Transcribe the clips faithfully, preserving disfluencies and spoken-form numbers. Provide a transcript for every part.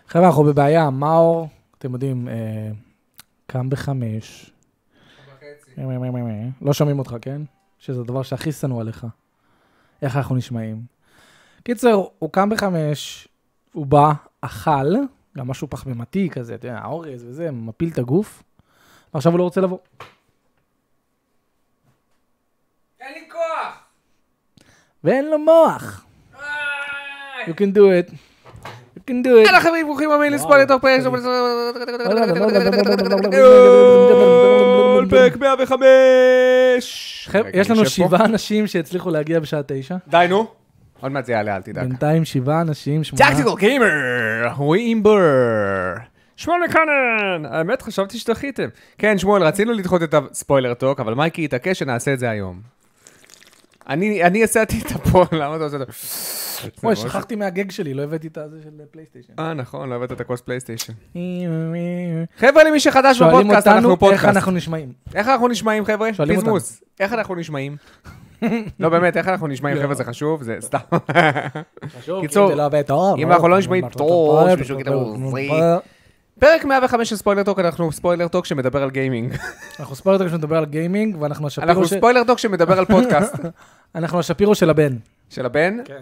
חבר'ה, אנחנו בבעיה, מאור, אתם יודעים, קם בחמש. לא שומעים אותך, כן? שזה הדבר שהכי שנוא עליך. איך אנחנו נשמעים? קיצר, הוא קם בחמש, הוא בא, אכל, גם משהו פחמימתי כזה, אתה יודע, האורז וזה, מפיל את הגוף, ועכשיו הוא לא רוצה לבוא. אין לי כוח! ואין לו מוח. You can do it. You can do it. יאללה חברים, ברוכים הבאים לספוילר תוך פרק. פרק מאה וחמש. יש לנו שבעה אנשים שהצליחו להגיע בשעה תשע. די נו. עוד מעט זה יעלה, אל תדאג. בינתיים שבעה אנשים, שמונה. טקטיקל גיימר, ווימבר. שמואל מקנן. האמת, חשבתי שתחיתם. כן, שמואל, רצינו לדחות את הספוילר טוק, אבל מייקי התעקש שנעשה את זה היום. אני הצעתי את הפול, למה אתה עושה את זה? אוי, שכחתי מהגג שלי, לא הבאתי את זה של פלייסטיישן. אה, נכון, לא הבאת את הכוס פלייסטיישן. חבר'ה, למי שחדש בפודקאסט, שואלים אנחנו אותנו איך פודקאסט. אנחנו נשמעים. איך אנחנו נשמעים, חבר'ה? שואלים פיזמוס. איך אנחנו נשמעים? לא, באמת, איך אנחנו נשמעים, חבר'ה, זה חשוב, זה סתם. חשוב, קיצור, כי זה לא עובד טוב. אם אנחנו לא נשמעים טוב, שמישהו יגיד לנו, פרק מאה וחמש של ספוילר טוק, אנחנו ספוילר טוק שמדבר על גיימינג. אנחנו ספוילר טוק שמדבר על גיימינג, ואנחנו השפירו אנחנו ספוילר טוק שמדבר על פודקאסט. אנחנו השפירו של הבן. של הבן? כן.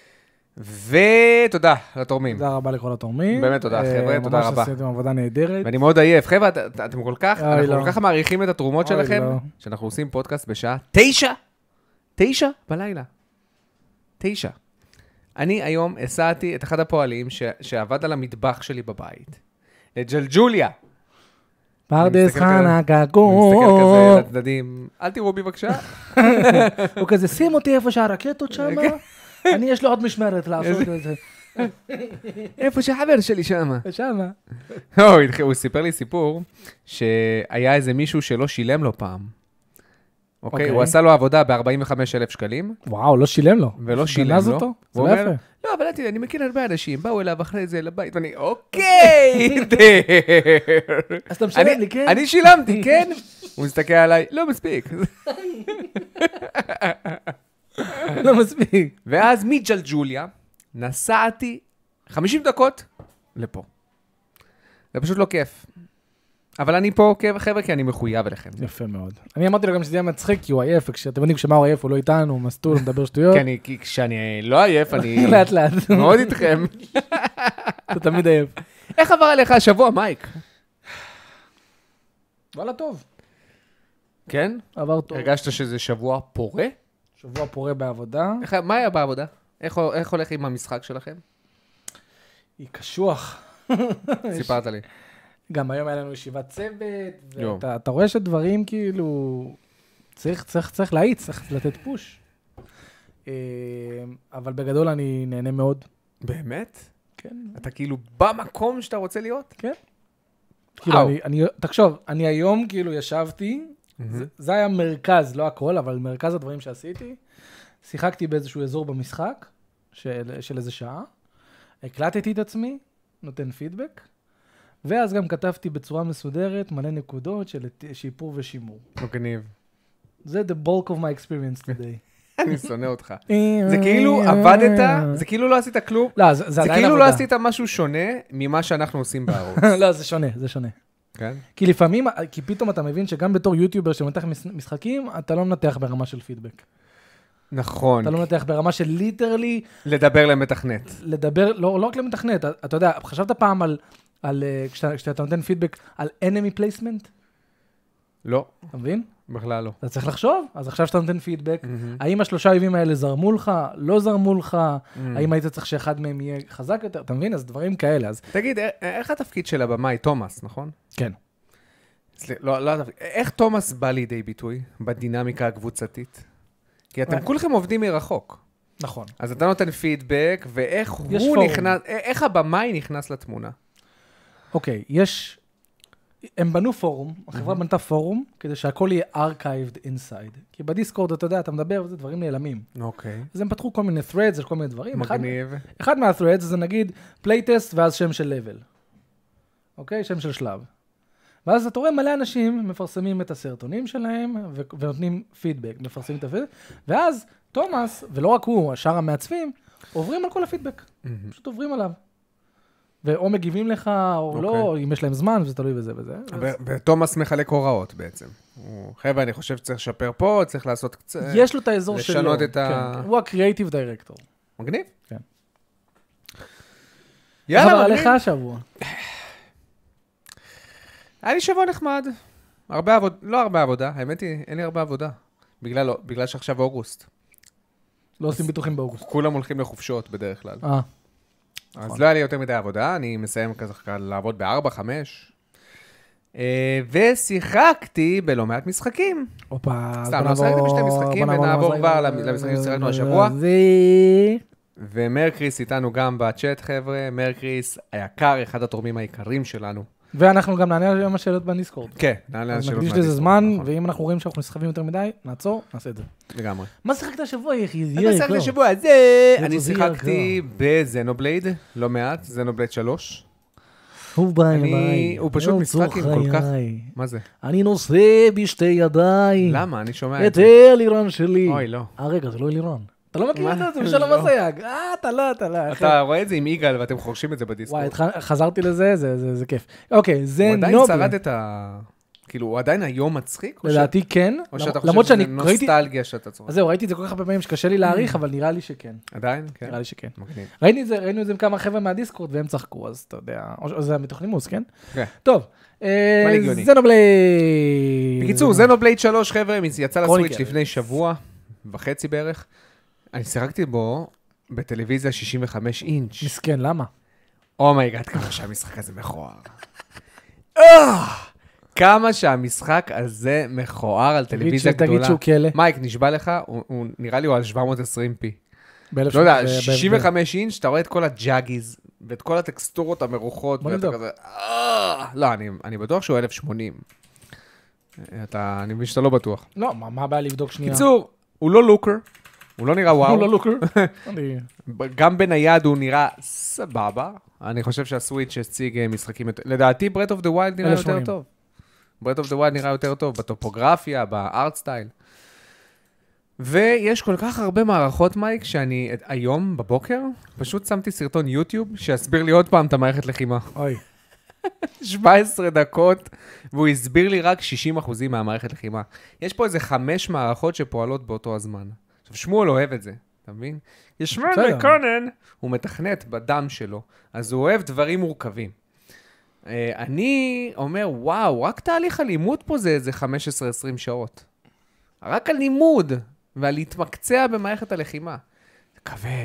ותודה לתורמים. תודה רבה לכל התורמים. באמת תודה, חבר'ה, תודה רבה. ממש עשיתם עבודה נהדרת. ואני מאוד עייף. חבר'ה, אתם כל כך, אוי, אנחנו לא. כל כך מעריכים את התרומות אוי, שלכם, לא. שאנחנו עושים פודקאסט בשעה תשע. תשע בלילה. תשע. אני היום הסעתי את אחד הפועלים ש- שעבד על המטבח שלי בבית. לג'לג'וליה. פרדס מסתכל חנה אני מסתכל גגון. כזה לצדדים. אל תראו בי בבקשה. הוא כזה, שים אותי איפה שהרקטות שם, אני יש לו עוד משמרת לעשות את זה. איפה שהחבר שלי שם. שם. הוא סיפר לי סיפור שהיה איזה מישהו שלא שילם לו פעם. אוקיי, הוא עשה לו עבודה ב-ארבעים וחמישה אלף שקלים. וואו, לא שילם לו. ולא שילם גנז לו. אותו? זה הוא לא אומר, יפה. לא, אבל אל תדע, אני מכיר הרבה אנשים, באו אליו אחרי זה לבית, ואני, אוקיי, אז אתה משלם לי, כן? אני שילמתי, כן? הוא מסתכל עליי, לא מספיק. לא מספיק. ואז מג'לג'וליה נסעתי חמישים דקות לפה. זה פשוט לא כיף. אבל אני פה, חבר'ה, כי אני מחויב אליכם. יפה מאוד. אני אמרתי לו גם שזה יהיה מצחיק, כי הוא עייף, וכשאתם יודעים כשמה הוא עייף, הוא לא איתנו, הוא מסטול, הוא מדבר שטויות. כי כשאני לא עייף, אני לאט לאט. מאוד איתכם. אתה תמיד עייף. איך עבר עליך השבוע, מייק? וואלה טוב. כן? עבר טוב. הרגשת שזה שבוע פורה? שבוע פורה בעבודה. איך- מה היה בעבודה? איך איך הולך עם המשחק שלכם? היא קשוח. סיפרת לי. גם היום היה לנו ישיבת צוות, יום. ואתה אתה רואה שדברים כאילו, צריך, צריך, צריך להאיץ, צריך לתת פוש. אה, אבל בגדול אני נהנה מאוד. באמת? כן. אתה כאילו במקום שאתה רוצה להיות? כן. כאילו וואו. אני, אני, תחשוב, אני היום כאילו ישבתי, זה, זה היה מרכז, לא הכל, אבל מרכז הדברים שעשיתי. שיחקתי באיזשהו אזור במשחק, של, של איזה שעה. הקלטתי את עצמי, נותן פידבק. ואז גם כתבתי בצורה מסודרת מלא נקודות של שיפור ושימור. מגניב. זה the bulk of my experience today. אני שונא אותך. זה כאילו עבדת, זה כאילו לא עשית כלום. לא, זה, זה זה עדיין כאילו עבודה. לא עשית משהו שונה ממה שאנחנו עושים בערוץ. לא, זה שונה, זה שונה. כן? כי לפעמים, כי פתאום אתה מבין שגם בתור יוטיובר שמנתח משחקים, אתה לא מנתח ברמה של פידבק. נכון. אתה לא מנתח ברמה של ליטרלי, לדבר למתכנת. לדבר, לא, לא רק למתכנת, אתה יודע, חשבת פעם על, על כשאתה, כשאתה נותן פידבק על enemy placement? לא, אתה מבין? בכלל לא. אתה צריך לחשוב, אז עכשיו שאתה נותן פידבק, האם השלושה אויבים האלה זרמו לך, לא זרמו לך, האם היית צריך שאחד מהם יהיה חזק יותר, אתה מבין? אז דברים כאלה, אז... תגיד, א- איך התפקיד של הבמאי? תומאס, נכון? כן. סליחה, לא, לא התפקיד. איך תומאס בא לידי ביטוי בדינמיקה הקבוצתית? כי אתם כולכם עובדים מרחוק. נכון. אז אתה נותן פידבק, ואיך יש הוא פורום. נכנס, איך הבמאי נכנס לתמונה? אוקיי, יש... הם בנו פורום, החברה בנתה פורום, כדי שהכל יהיה archived inside. כי בדיסקורד, אתה יודע, אתה מדבר, וזה דברים נעלמים. אוקיי. אז הם פתחו כל מיני threads, כל מיני דברים. אחד- מגניב. אחד מה-threads זה נגיד פלייטסט ואז שם של level. אוקיי? שם של שלב. ואז אתה רואה מלא אנשים מפרסמים את הסרטונים שלהם ו- ונותנים פידבק, מפרסמים את הפידבק, ואז תומאס, ולא רק הוא, השאר המעצבים, עוברים על כל הפידבק. פשוט עוברים עליו. ואו מגיבים לך, או לא, אם יש להם זמן, וזה תלוי בזה וזה. ותומאס מחלק הוראות בעצם. חבר'ה, אני חושב שצריך לשפר פה, צריך לעשות קצת... יש לו את האזור שלו. לשנות את ה... הוא הקריאייטיב דירקטור. מגניב? כן. יאללה, אבל מגניב. עליך השבוע. היה לי שבוע נחמד. הרבה עבודה, לא הרבה עבודה, האמת היא, אין לי הרבה עבודה. בגלל, בגלל שעכשיו אוגוסט. לא עושים ביטוחים באוגוסט. כולם הולכים לחופשות בדרך כלל. אה. אז לא היה לי יותר מדי עבודה, אני מסיים כזה לעבוד בארבע, חמש. ושיחקתי בלא מעט משחקים. אופה. סתם, לא שיחקתי בשתי משחקים, ונעבור כבר למשחקים ששיחקנו השבוע. ומר קריס איתנו גם בצ'אט, חבר'ה. מר קריס היקר, אחד התורמים העיקרים שלנו. ואנחנו גם נענה על השאלות בדיסקורד. כן, נענה על השאלות בדיסקורד. נקדיש לזה זמן, ואם אנחנו רואים שאנחנו נסחבים יותר מדי, נעצור, נעשה את זה. לגמרי. מה שיחקת השבוע, יחי? מה שיחקתי השבוע הזה? אני שיחקתי בזנובלייד, לא מעט, זנובלייד שלוש. הוא בא אליי. הוא פשוט משחק עם כל כך... מה זה? אני נושא בשתי ידיי. למה? אני שומע את את זה. אלירן שלי. אוי, לא. אה, רגע, זה לא אלירן. אתה לא מכיר את זה בשלום הסייג. אה, אתה לא, אתה לא. אתה רואה את זה עם יגאל ואתם חורשים את זה בדיסקורד. וואי, חזרתי לזה, זה כיף. אוקיי, זה הוא נובלי. עדיין שרד את ה... כאילו, הוא עדיין היום מצחיק? לדעתי כן. או שאתה למרות חושב שזה שאני ראיתי... נוסטלגיה שאתה צורך? אז זהו, ראיתי את זה כל כך הרבה פעמים שקשה לי להעריך, אבל נראה לי שכן. עדיין? כן. נראה לי שכן. מגניב. ראינו את זה, ראינו את זה עם כמה חבר'ה מהדיסקורד, והם צחקו, אז אתה יודע, או זה מתוך נימוס, כן? כן. טוב. זנובלייד. בקיצור, זנובלייד שלוש, חבר'ה, יצא לסוויץ' קרוניקל. לפני שבוע וחצי בערך. אני שיחקתי בו בטלוויזיה שישים וחמש אינץ'. מסכן, למה? אומייגאד, כמה שהמשחק הזה מכוער. אה! כמה שהמשחק הזה מכוער על טלוויזיה גדולה. תגיד שהוא כלא. מייק, נשבע לך, הוא, הוא נראה לי הוא על שבע מאות ועשרים פי. לא לא יודע, שישים וחמש אינץ', אתה רואה את כל הג'אגיז, ואת כל הטקסטורות המרוחות, בוא ואתה נבדוק. כזה, אה! לא, אני, אני בטוח שהוא אלף ושמונים. אתה, אני מבין שאתה לא בטוח. לא, מה מה הבעיה לבדוק שנייה? קיצור, הוא לא לוקר, הוא לא נראה וואו. הוא לא לוקר. אני- גם בנייד הוא נראה סבבה. אני חושב שהסוויץ' הציג אה, משחקים יותר... לדעתי, ברט אוף דה ווילד נראה אלף יותר ושמונים. טוב. ברט אוף דה ווילד נראה יותר טוב, בטופוגרפיה, בארט סטייל. ויש כל כך הרבה מערכות, מייק, שאני את- היום, בבוקר, פשוט שמתי סרטון יוטיוב שיסביר לי עוד פעם את המערכת לחימה. אוי. שבע עשרה דקות, והוא הסביר לי רק שישים אחוזים מהמערכת לחימה. יש פה איזה חמש מערכות שפועלות באותו הזמן. עכשיו, שמואל אוהב את זה, אתה מבין? יש שמואל בסדר. מקונן, הוא מתכנת בדם שלו, אז הוא אוהב דברים מורכבים. אה, אני אומר, וואו, רק תהליך הלימוד פה זה איזה חמש עשרה עשרים שעות. רק הלימוד, ועל להתמקצע במערכת הלחימה. זה כבד.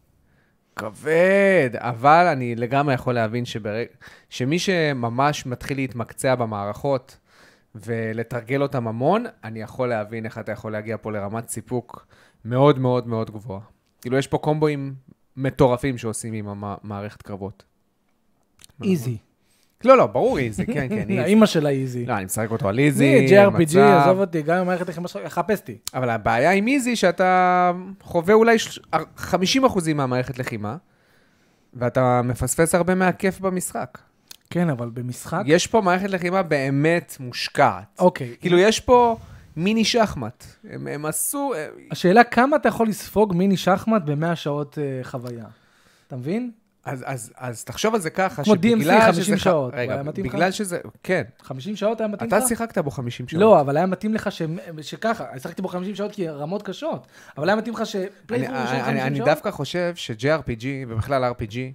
כבד, אבל אני לגמרי יכול להבין שברג... שמי שממש מתחיל להתמקצע במערכות ולתרגל אותם המון, אני יכול להבין איך אתה יכול להגיע פה לרמת סיפוק מאוד מאוד מאוד גבוהה. כאילו יש פה קומבואים מטורפים שעושים עם המערכת קרבות. איזי. לא, לא, ברור איזי, כן, כן, איזי. האמא שלה איזי. לא, אני משחק אותו על איזי, זה ג'י אר פי ג'י, מצב. עזוב אותי, גם עם מערכת לחימה שלך, חפשתי. אבל הבעיה עם איזי שאתה חווה אולי ש- חמישים אחוזים מהמערכת לחימה, ואתה מפספס הרבה מהכיף במשחק. כן, אבל במשחק... יש פה מערכת לחימה באמת מושקעת. אוקיי. כאילו, יש פה מיני שחמט. הם, הם עשו... השאלה כמה אתה יכול לספוג מיני שחמט ב-מאה שעות אה, חוויה. אתה מבין? אז, אז, אז תחשוב על זה ככה, כמו די אם סי שבגלל חמישים שזה... שעות. הוא רגע, היה מתאים לך? בגלל שזה... כן. חמישים שעות היה מתאים אתה לך? שיחקת בו חמישים שעות. לא, אבל היה מתאים לך ש... שככה, אני שיחקתי בו חמישים שעות כי רמות קשות, אבל היה מתאים לך ש... אני, אני, אני, אני דווקא חושב ש-ג'י אר פי ג'י, ובכלל אר פי ג'י,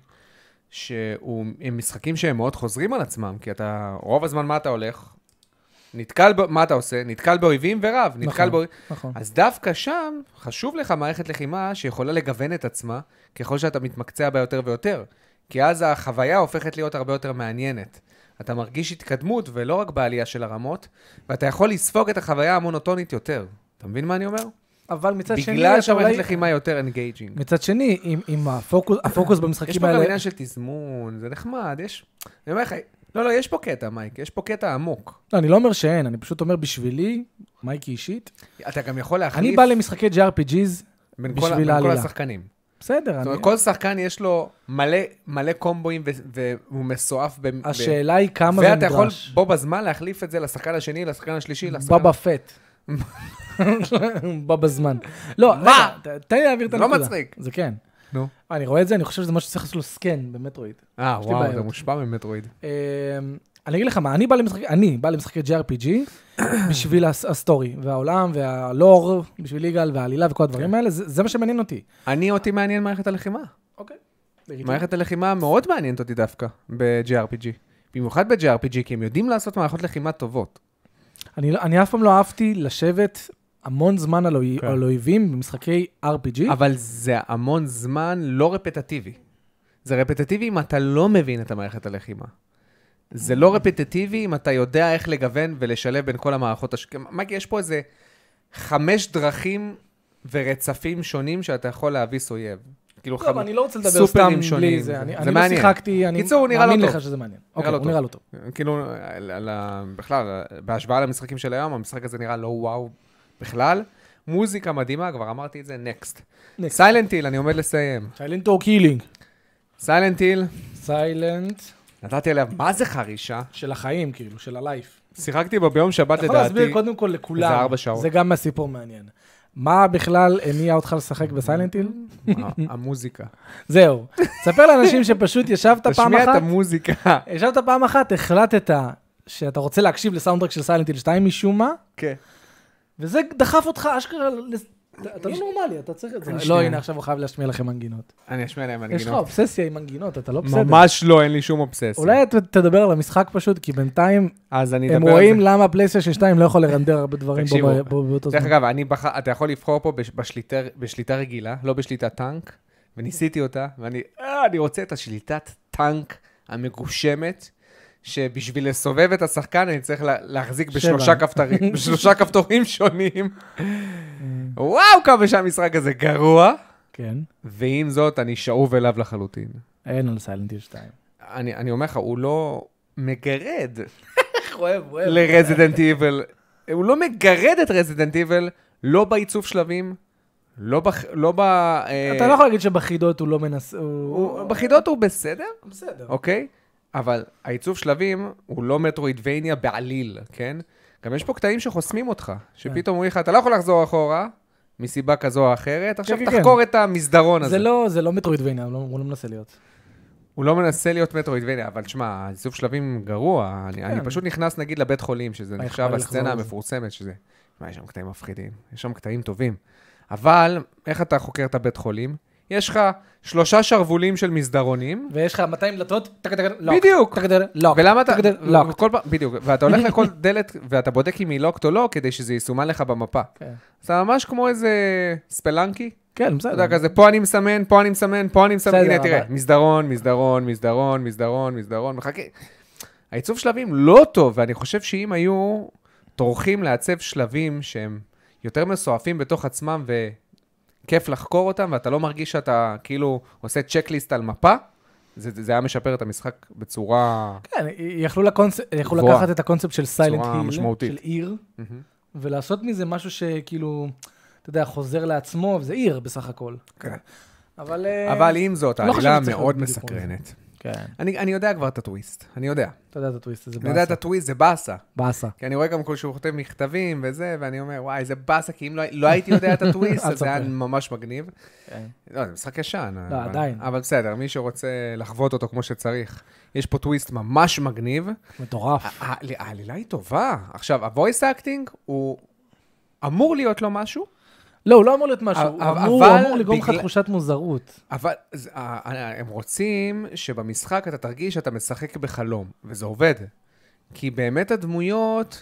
שהם משחקים שהם מאוד חוזרים על עצמם, כי אתה, רוב הזמן מה אתה הולך? נתקל, ב... מה אתה עושה? נתקל באויבים ורב, נתקל נכון, באויבים. נכון. אז דווקא שם, חשוב לך מערכת לחימה שיכולה לגוון את עצמה, ככל שאתה מתמקצע בה יותר ויותר. כי אז החוויה הופכת להיות הרבה יותר מעניינת. אתה מרגיש התקדמות, ולא רק בעלייה של הרמות, ואתה יכול לספוג את החוויה המונוטונית יותר. אתה מבין מה אני אומר? אבל מצד שני... בגלל אתה שהמערכת אולי- לחימה יותר אנגייג'ינג. מצד שני, עם, עם הפוקוס, הפוקוס יש במשחקים פה גם האלה... עניין של תזמון, זה נחמד, יש... אני אומר לך, לא, לא, יש פה קטע, מייק, יש פה קטע עמוק. לא, אני לא אומר שאין, אני פשוט אומר בשבילי, מייקי אישית, אתה גם יכול להחליף אני בא למשחקי ג'י אר פי ג'יז בין כל, בשביל בין כל העלילה. השחקנים. בסדר, זאת אני... אומרת, כל שחקן יש לו מלא, מלא קומבואים ו- והוא מסועף ב... השאלה היא כמה זה ואתה יכול נדרש. בו בזמן להחליף את זה לשחקן השני, לשחקן השלישי, לשחקן... בבא פט. בא בזמן. לא, מה? רגע, ת- תן לי להעביר את זה לא הנקודה. מצחיק. זה כן. נו. אני רואה את זה, אני חושב שזה משהו שצריך לעשות לו סקן במטרואיד. אה, וואו, זה מושפע ממטרואיד. אני אגיד לך מה, אני בא למשחק, אני בא למשחקי ג'י אר פי ג'י בשביל הסטורי, והעולם, והלור, בשביל ליגל, והעלילה וכל הדברים האלה, זה מה שמעניין אותי. אני, אותי מעניין מערכת הלחימה. אוקיי. מערכת הלחימה מאוד מעניינת אותי דווקא ב-ג'י אר פי ג'י. במיוחד ב-ג'י אר פי ג'י, כי הם יודעים לעשות מערכות לחימה טובות. אני אף פעם לא אהבתי לשבת המון זמן על אויבים במשחקי אר פי ג'י. אבל זה המון זמן לא רפטטיבי. זה רפטטיבי אם אתה לא מבין את המערכת הלחימה. זה לא רפטטיבי אם אתה יודע איך לגוון ולשלב בין כל המערכות. מגי, יש פה איזה חמש דרכים ורצפים שונים שאתה יכול להביס אויב. טוב, אני לא רוצה לדבר סתם בלי זה. אני לא שיחקתי, אני מאמין לך שזה מעניין. אוקיי, הוא נראה לא טוב. כאילו, בכלל, בהשוואה למשחקים של היום, המשחק הזה נראה לא וואו בכלל. מוזיקה מדהימה, כבר אמרתי את זה, נקסט. סיילנט היל, אני עומד לסיים. סיילנט או קילינג? סיילנט היל. סיילנט. נתתי עליה, מה זה חרישה? של החיים, כאילו, של הלייף. שיחקתי בה ביום שבת לדעתי. אתה יכול להסביר קודם כל לכולם. זה ארבע שעות. זה גם מהסיפור מעניין. מה בכלל הניע אותך לשחק בסיילנט היל? המוזיקה. זהו. תספר לאנשים שפשוט ישבת פעם אחת. תשמיע את המוזיקה. ישבת פעם אחת, החלטת שאתה רוצה להקשיב לסאונדטרק של סיילנט היל שתיים משום מה. כן. וזה דחף אותך אשכרה, אתה לא נורמלי, אתה צריך את זה. לא, הנה, עכשיו הוא חייב להשמיע לכם מנגינות. אני אשמיע להם מנגינות. יש לך אובססיה עם מנגינות, אתה לא בסדר. ממש לא, אין לי שום אובססיה. אולי תדבר על המשחק פשוט, כי בינתיים הם רואים רואים למה פלייסטיישן שתיים לא יכול לרנדר הרבה דברים באותו זמן. דרך אגב, אתה יכול לבחור פה בשליטה רגילה, לא בשליטת טנק, וניסיתי אותה, ואני רוצה את השליטת טנק המגושמת, שבשביל לסובב את השחקן אני צריך להחזיק בשלושה כפתורים, בשלושה כפתורים שונים. וואו, כמה שהמשחק הזה גרוע. כן. ועם זאת, אני שאוב אליו לחלוטין. אין על סיילנט היל שתיים. אני, אני אומר לך, הוא לא מגרד. אוהב, אוהב. לרזידנט איבל. הוא לא מגרד את רזידנט איבל, לא בעיצוב שלבים, לא ב... לא ב אתה לא יכול להגיד שבחידות הוא לא מנסה... בחידות הוא בסדר. בסדר. אוקיי? אבל העיצוב שלבים הוא לא מטרואידבניה בעליל, כן? גם יש פה קטעים שחוסמים אותך, שפתאום אומרים לך, אתה לא יכול לחזור אחורה, מסיבה כזו או אחרת, עכשיו תחקור את המסדרון הזה. זה לא מטרואידבניה, הוא לא מנסה להיות. הוא לא מנסה להיות מטרואידבניה, אבל תשמע, העיצוב שלבים גרוע, אני פשוט נכנס נגיד לבית חולים, שזה נחשב הסצנה המפורסמת שזה. יש שם קטעים מפחידים, יש שם קטעים טובים. אבל, איך אתה חוקר את הבית חולים? יש לך שלושה שרבולים של מסדרונים. ויש לך מאתיים דלתות, בדיוק. ולמה אתה... לוקט. בדיוק. ואתה הולך לכל דלת, ואתה בודק אם היא לוקט או לא, כדי שזה יסומן לך במפה. זה ממש כמו איזה ספלנקי. כן, בסדר. אתה יודע, כזה, פה אני מסמן, פה אני מסמן, פה אני מסמן. הנה, תראה, מסדרון, מסדרון, מסדרון, מסדרון, מסדרון, מחכה. העיצוב שלבים לא טוב, ואני חושב שאם היו טורחים לעצב שלבים שהם יותר מסועפים בתוך עצמם ו... כיף לחקור אותם, ואתה לא מרגיש שאתה כאילו עושה צ'קליסט על מפה, זה, זה היה משפר את המשחק בצורה... כן, יכלו, לקונס... יכלו לקחת את הקונספט של סיילנט היל, של עיר, mm-hmm. ולעשות מזה משהו שכאילו, אתה יודע, חוזר לעצמו, וזה עיר בסך הכל. כן. אבל... אבל עם זאת, העלילה מאוד מסקרנת. כן. אני, אני יודע כבר את הטוויסט, אני יודע. אתה יודע את הטוויסט, זה באסה. אני יודע את הטוויסט, זה באסה. באסה. כי אני רואה גם כל שהוא חותם מכתבים וזה, ואני אומר, וואי, זה באסה, כי אם לא, לא הייתי יודע את הטוויסט, אז זה היה ממש מגניב. כן. לא, זה משחק ישן. לא, אבל, עדיין. אבל בסדר, מי שרוצה לחוות אותו כמו שצריך, יש פה טוויסט ממש מגניב. מטורף. העלילה היא טובה. עכשיו, הוויס אקטינג הוא אמור להיות לו משהו, לא, הוא לא אמור להיות משהו, הוא אמור לגרום לך תחושת מוזרות. אבל הם רוצים שבמשחק אתה תרגיש שאתה משחק בחלום, וזה עובד. כי באמת הדמויות,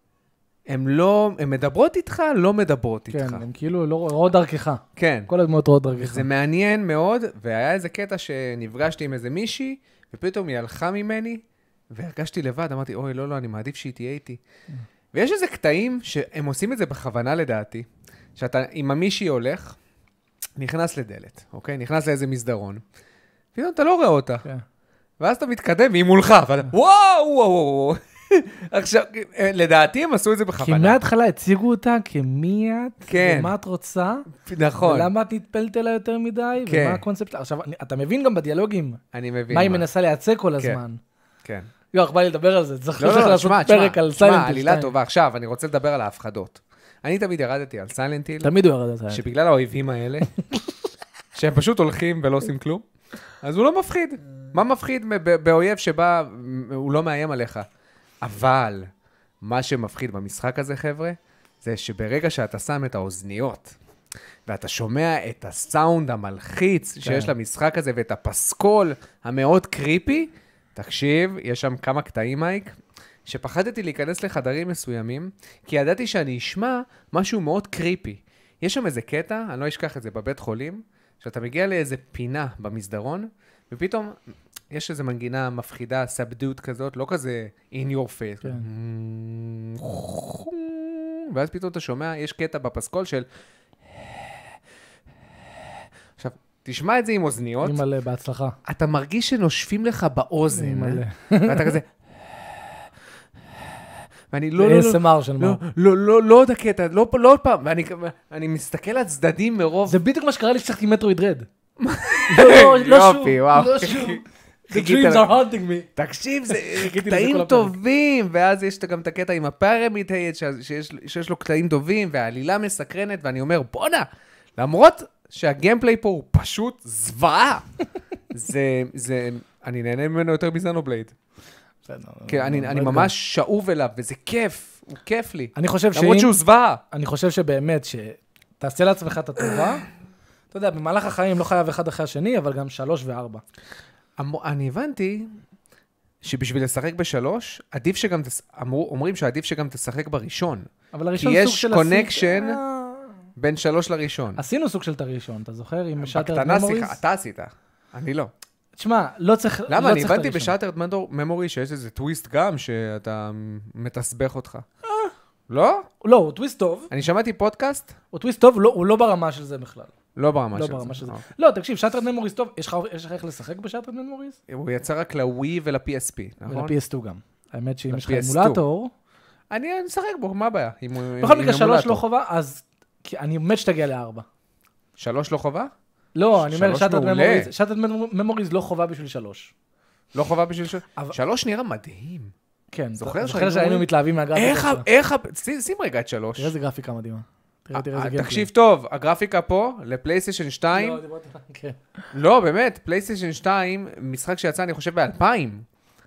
הן לא, הן מדברות איתך, לא מדברות איתך. כן, הן כאילו לא רואות דרכך. כן. כל הדמויות רואות דרכך. זה מעניין מאוד, והיה איזה קטע שנפגשתי עם איזה מישהי, ופתאום היא הלכה ממני, והרגשתי לבד, אמרתי, אוי, לא, לא, אני מעדיף שהיא תהיה איתי. ויש איזה קטעים שהם עושים את זה בכוונה לדעתי. שאתה עם המישהי הולך, נכנס לדלת, אוקיי? נכנס לאיזה מסדרון, פתאום אתה לא רואה אותה. ואז אתה מתקדם, והיא מולך, ואתה, וואו, וואו, וואו. עכשיו, לדעתי הם עשו את זה בכוונה. כי מההתחלה הציגו אותה כמי את, כן. ומה את רוצה, נכון. ולמה את נטפלת אליה יותר מדי, כן. ומה הקונספט. עכשיו, אתה מבין גם בדיאלוגים, אני מבין מה היא מנסה לייצג כל הזמן. כן. יוח, בא לי לדבר על זה, צריך לא, לא, לעשות שמה, פרק שמה, על סיילנט היל. עלילה טובה. עכשיו, אני רוצה לדבר על ההפחדות. אני תמיד ירדתי על סיילנט היל. תמיד הוא ירד על סיילנט. שבגלל האויבים האלה, שהם פשוט הולכים ולא עושים כלום, אז הוא לא מפחיד. מה מפחיד באויב שבא, הוא לא מאיים עליך? אבל מה שמפחיד במשחק הזה, חבר'ה, זה שברגע שאתה שם את האוזניות, ואתה שומע את הסאונד המלחיץ שיש למשחק הזה, ואת הפסקול המאוד קריפי, תקשיב, יש שם כמה קטעים, מייק, שפחדתי להיכנס לחדרים מסוימים, כי ידעתי שאני אשמע משהו מאוד קריפי. יש שם איזה קטע, אני לא אשכח את זה, בבית חולים, שאתה מגיע לאיזה פינה במסדרון, ופתאום יש איזו מנגינה מפחידה, סבדות כזאת, לא כזה in your face. כן. ואז פתאום אתה שומע, יש קטע בפסקול של... עכשיו, תשמע את זה עם אוזניות. מלא, בהצלחה. אתה מרגיש שנושפים לך באוזן. מלא. ואתה כזה... ואני לא, לא, לא, לא, לא, לא, לא עוד הקטע, לא, לא עוד פעם, ואני, אני מסתכל על צדדים מרוב... זה בדיוק מה שקרה לי שצריכתי מטרואיד רד. לא, לא שוב, לא שוב. The dreams are haunting me. תקשיב, זה קטעים טובים, ואז יש גם את הקטע עם הפירמיד הייד, שיש לו קטעים טובים, והעלילה מסקרנת, ואני אומר, בונה, למרות שהגיימפליי פה הוא פשוט זוועה. זה, זה, אני נהנה ממנו יותר מזנובלייד. אני ממש שאוב אליו, וזה כיף, הוא כיף לי. אני חושב שאם... למרות שהוא זוועה. אני חושב שבאמת, שתעשה לעצמך את הטובה, אתה יודע, במהלך החיים לא חייב אחד אחרי השני, אבל גם שלוש וארבע. אני הבנתי שבשביל לשחק בשלוש, עדיף שגם, אומרים שעדיף שגם תשחק בראשון. אבל הראשון סוג של... כי יש קונקשן בין שלוש לראשון. עשינו סוג של את הראשון, אתה זוכר? עם שאטרד ממוריז? בקטנה, אתה עשית, אני לא. תשמע, לא צריך... למה? אני הבנתי בשאטרד ממורי שיש איזה טוויסט גם שאתה מתסבך אותך. לא? לא, הוא טוויסט טוב. אני שמעתי פודקאסט. הוא טוויסט טוב, הוא לא ברמה של זה בכלל. לא ברמה של זה. לא, תקשיב, שאטרד ממוריז טוב. יש לך איך לשחק בשאטרד ממוריז? הוא יצא רק לווי ול-פי אס פי, נכון? ול-פי אס טו גם. האמת שאם יש לך אמולטור... אני אשחק בו, מה הבעיה? בכל מקרה, שלוש לא חובה, אז אני באמת שתגיע לארבע. שלוש לא חובה? לא, אני אומר, שאטרד ממוריז לא חובה בשביל שלוש. לא חובה בשביל שלוש? שלוש נראה מדהים. כן, זוכר שהיינו מתלהבים מהגרפיקה. איך, שים רגע את שלוש. תראה איזה גרפיקה מדהימה. תקשיב טוב, הגרפיקה פה, לפלייסטיישן שתיים. לא, דיברתי לך, כן. לא, באמת, פלייסטיישן שתיים, משחק שיצא, אני חושב, ב-אלפיים.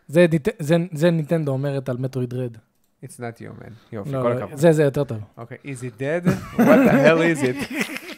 זה ניטנדו אומרת על מטרואיד רד. It's not you, man. יופי, כל הכבוד. זה, זה יותר טוב. אוקיי, is it dead? What the hell is it?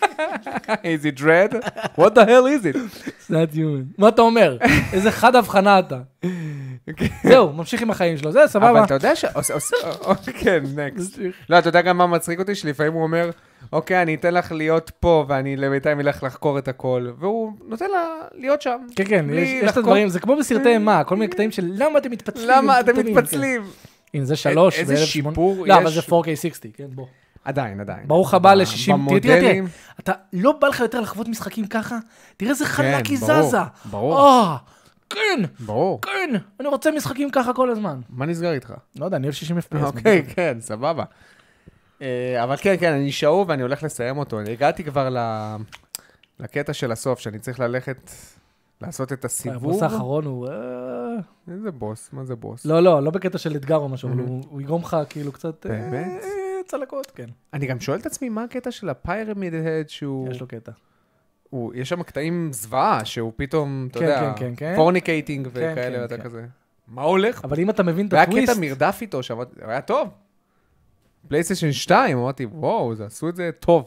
is it dread? What the hell is it? It's not you. מה אתה אומר? איזה חד הבחנה אתה. זהו, ממשיך עם החיים שלו, זה סבבה. אבל אתה יודע ש... כן, נקסט. לא, אתה יודע גם מה מצחיק אותי? שלפעמים הוא אומר, אוקיי, אני אתן לך להיות פה, ואני לביתיים אלך לחקור את הכל, והוא נותן לה להיות שם. כן, כן, יש את הדברים, זה כמו בסרטי אימה, כל מיני קטעים של למה אתם מתפצלים. למה אתם מתפצלים? הנה, זה שלוש. איזה שיפור יש. לא, אבל זה פור קיי שייקסטי, כן, בוא. עדיין, עדיין. ברוך הבא ל-שישים, תראה, תראה, תראה. אתה לא בא לך יותר לחוות משחקים ככה? תראה איזה חלק היא זזה. ברור. כן, ברור. כן, אני רוצה משחקים ככה כל הזמן. מה נסגר איתך? לא יודע, אני אוהב שישים אף פי אס. אוקיי, כן, סבבה. אבל כן, כן, אני שאוב ואני הולך לסיים אותו. אני הגעתי כבר לקטע של הסוף, שאני צריך ללכת לעשות את הסיבוב. הבוס האחרון הוא... איזה בוס? מה זה בוס? לא, לא, לא בקטע של אתגר או משהו, הוא יגרום לך כאילו קצת... באמת? צלקות, כן. אני גם שואל את עצמי מה הקטע של הפירמיד הד שהוא... יש לו קטע. יש שם קטעים זוועה, שהוא פתאום, אתה יודע, פורניקייטינג וכאלה, ואתה כזה. מה הולך? אבל אם אתה מבין את הטוויסט... והיה קטע מרדף איתו, שאמרתי, היה טוב. פלייסטיישן שתיים, אמרתי, וואו, זה עשו את זה טוב.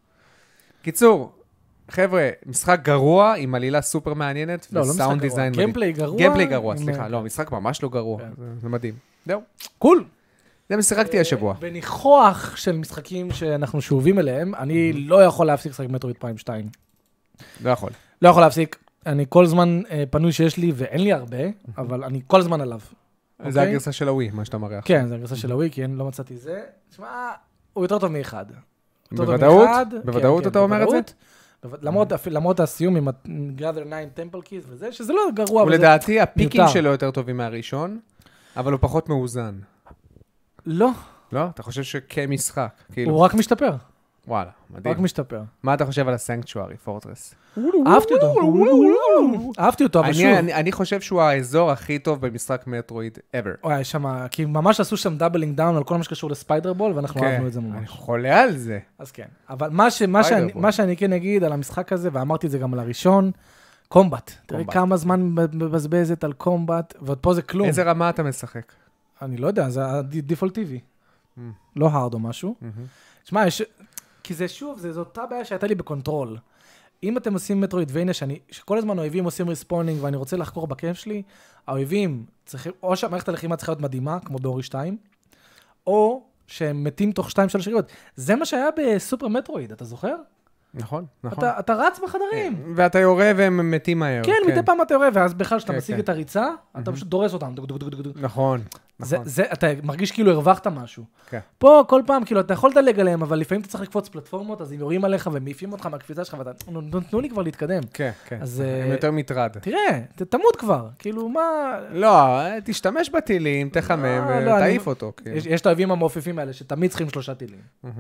קיצור, חבר'ה, משחק גרוע, עם עלילה סופר מעניינת, וסאונד דיזיין מדהים. גיימפליי גרוע. גיימפליי גרוע, סליחה. לא, משחק ממש לא גרוע. זה מדהים. זהו. קול. זה משחקתי השבוע. בניחוח של משחקים שאנחנו שאובים אליהם, אני לא יכול להפסיק לשחק מטרואיד פריים שתיים. לא יכול. לא יכול להפסיק. אני כל זמן פנוי שיש לי, ואין לי הרבה, אבל אני כל זמן עליו. זה הגרסה של הווי, מה שאתה מראה עכשיו. כן, זה הגרסה של הווי, כי לא מצאתי זה. תשמע, הוא יותר טוב מאחד. בוודאות? בוודאות אתה אומר את זה? למרות הסיום עם ה-Gather nine Temple Keys וזה, שזה לא גרוע. ולדעתי הפיקים שלו יותר טובים מהראשון, אבל הוא פחות מאוזן. לא. לא? אתה חושב שכמשחק? הוא רק משתפר. וואלה, מדהים. רק משתפר. מה אתה חושב על הסנקטוארי, פורטרס? אהבתי אותו. אהבתי אותו, אבל שוב. אני חושב שהוא האזור הכי טוב במשחק מטרואיד ever. וואי, שמה, כי ממש עשו שם דאבלינג דאון על כל מה שקשור לספיידר בול, ואנחנו אהבנו את זה ממש. אני חולה על זה. אז כן. אבל מה שאני כן אגיד על המשחק הזה, ואמרתי את זה גם על הראשון, קומבט. תראי כמה זמן מבזבזת על קומבט, ועוד פה זה כלום. איזה רמה אתה משחק? אני לא יודע, זה דיפולט טבעי. לא הארד או משהו. תשמע, כי זה שוב, זו אותה בעיה שהייתה לי בקונטרול. אם אתם עושים מטרואידבניה, שכל הזמן האויבים עושים ריספונינג, ואני רוצה לחקור בכיף שלי, האויבים צריכים, או שהמערכת הלחימה צריכה להיות מדהימה, כמו באורי שתיים, או שהם מתים תוך שתיים שלוש רגעות. זה מה שהיה בסופר מטרואיד, אתה זוכר? נכון, נכון. אתה, אתה רץ בחדרים. ואתה יורה והם מתים מהר. כן, מדי פעם אתה יורה, ואז בכלל שאתה משיג את הריצה, אתה פשוט דורס אותם. נכון. זה, אתה מרגיש כאילו הרווחת משהו. פה כל פעם, כאילו, אתה יכול לדלג עליהם, אבל לפעמים אתה צריך לקפוץ פלטפורמות, אז הם יורים עליך ומעיפים אותך מהקפיצה שלך, ואתה, תנו לי כבר להתקדם. כן, כן. הם יותר מטרד. תראה, תמות כבר. כאילו, מה... לא, תשתמש בטילים, תחמם, ותעיף אותו. יש את האויבים המעופפים האלה, שתמיד צריכים שלושה טילים.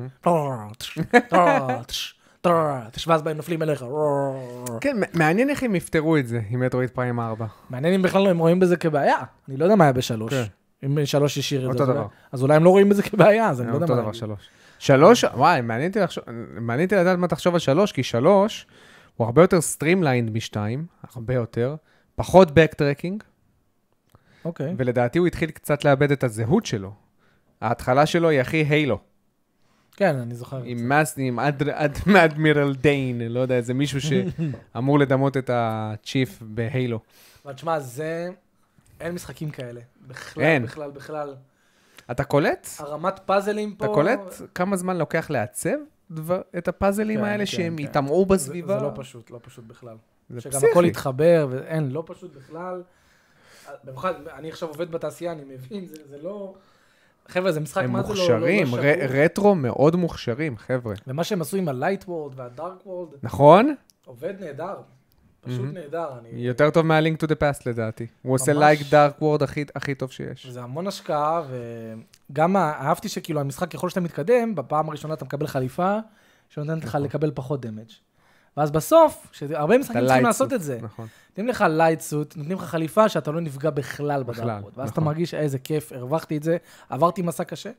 תשוואז בהם נופלים אליך. כן, מעניין איך הם יפתרו את זה, עם מטרואיד פריים ארבע. מעניין אם בכלל הם רואים בזה כבעיה. אני לא יודע מה היה בשלוש. אם שלוש ישיר את זה. אותו דבר. אז אולי הם לא רואים בזה כבעיה, אז אני לא יודע מה. אותו דבר, שלוש. שלוש, וואי, מעניינתי לדעת מה תחשוב על שלוש, כי שלוש הוא הרבה יותר סטרימליינד משתיים, הרבה יותר, פחות בקטרקינג. אוקיי. ולדעתי הוא התחיל קצת לאבד את הזהות שלו. ההתחלה שלו היא הכי הילו. כן, אני זוכר את זה. עם מסנים, אדמירל דיין, לא יודע, זה מישהו שאמור לדמות את הצ'יף בהילו. אבל תשמע, זה... אין משחקים כאלה. בכלל, בכלל, בכלל. אתה קולט? הרמת פאזלים פה... אתה קולט כמה זמן לוקח לעצב את הפאזלים האלה שהם יתאמרו בסביבה? זה לא פשוט, לא פשוט בכלל. שגם הכל יתחבר, ואין, לא פשוט בכלל. במיוחד, אני עכשיו עובד בתעשייה, אני מבין, זה לא... חבר'ה, זה משחק מה זה לא... הם מוכשרים, רטרו מאוד מוכשרים, חבר'ה. ומה שהם עשו עם ה-Light World וה-Dark World... נכון? עובד נהדר. פשוט נהדר. יותר טוב מה-Link to the Past לדעתי. הוא עושה Like Dark World הכי טוב שיש. זה המון השקעה, וגם אהבתי שכאילו המשחק, ככל שאתה מתקדם, בפעם הראשונה אתה מקבל חליפה, שנותנת לך לקבל פחות דמג'. ואז בסוף, שהרבה משחקים צריכים לעשות את זה. נותנים לך Light Suit, נותנים לך חליפה שאתה לא נפגע בכלל בדארק וורלד. ואז אתה מרגיש איזה כיף, הרווחתי את זה, עברתי מסע קשה.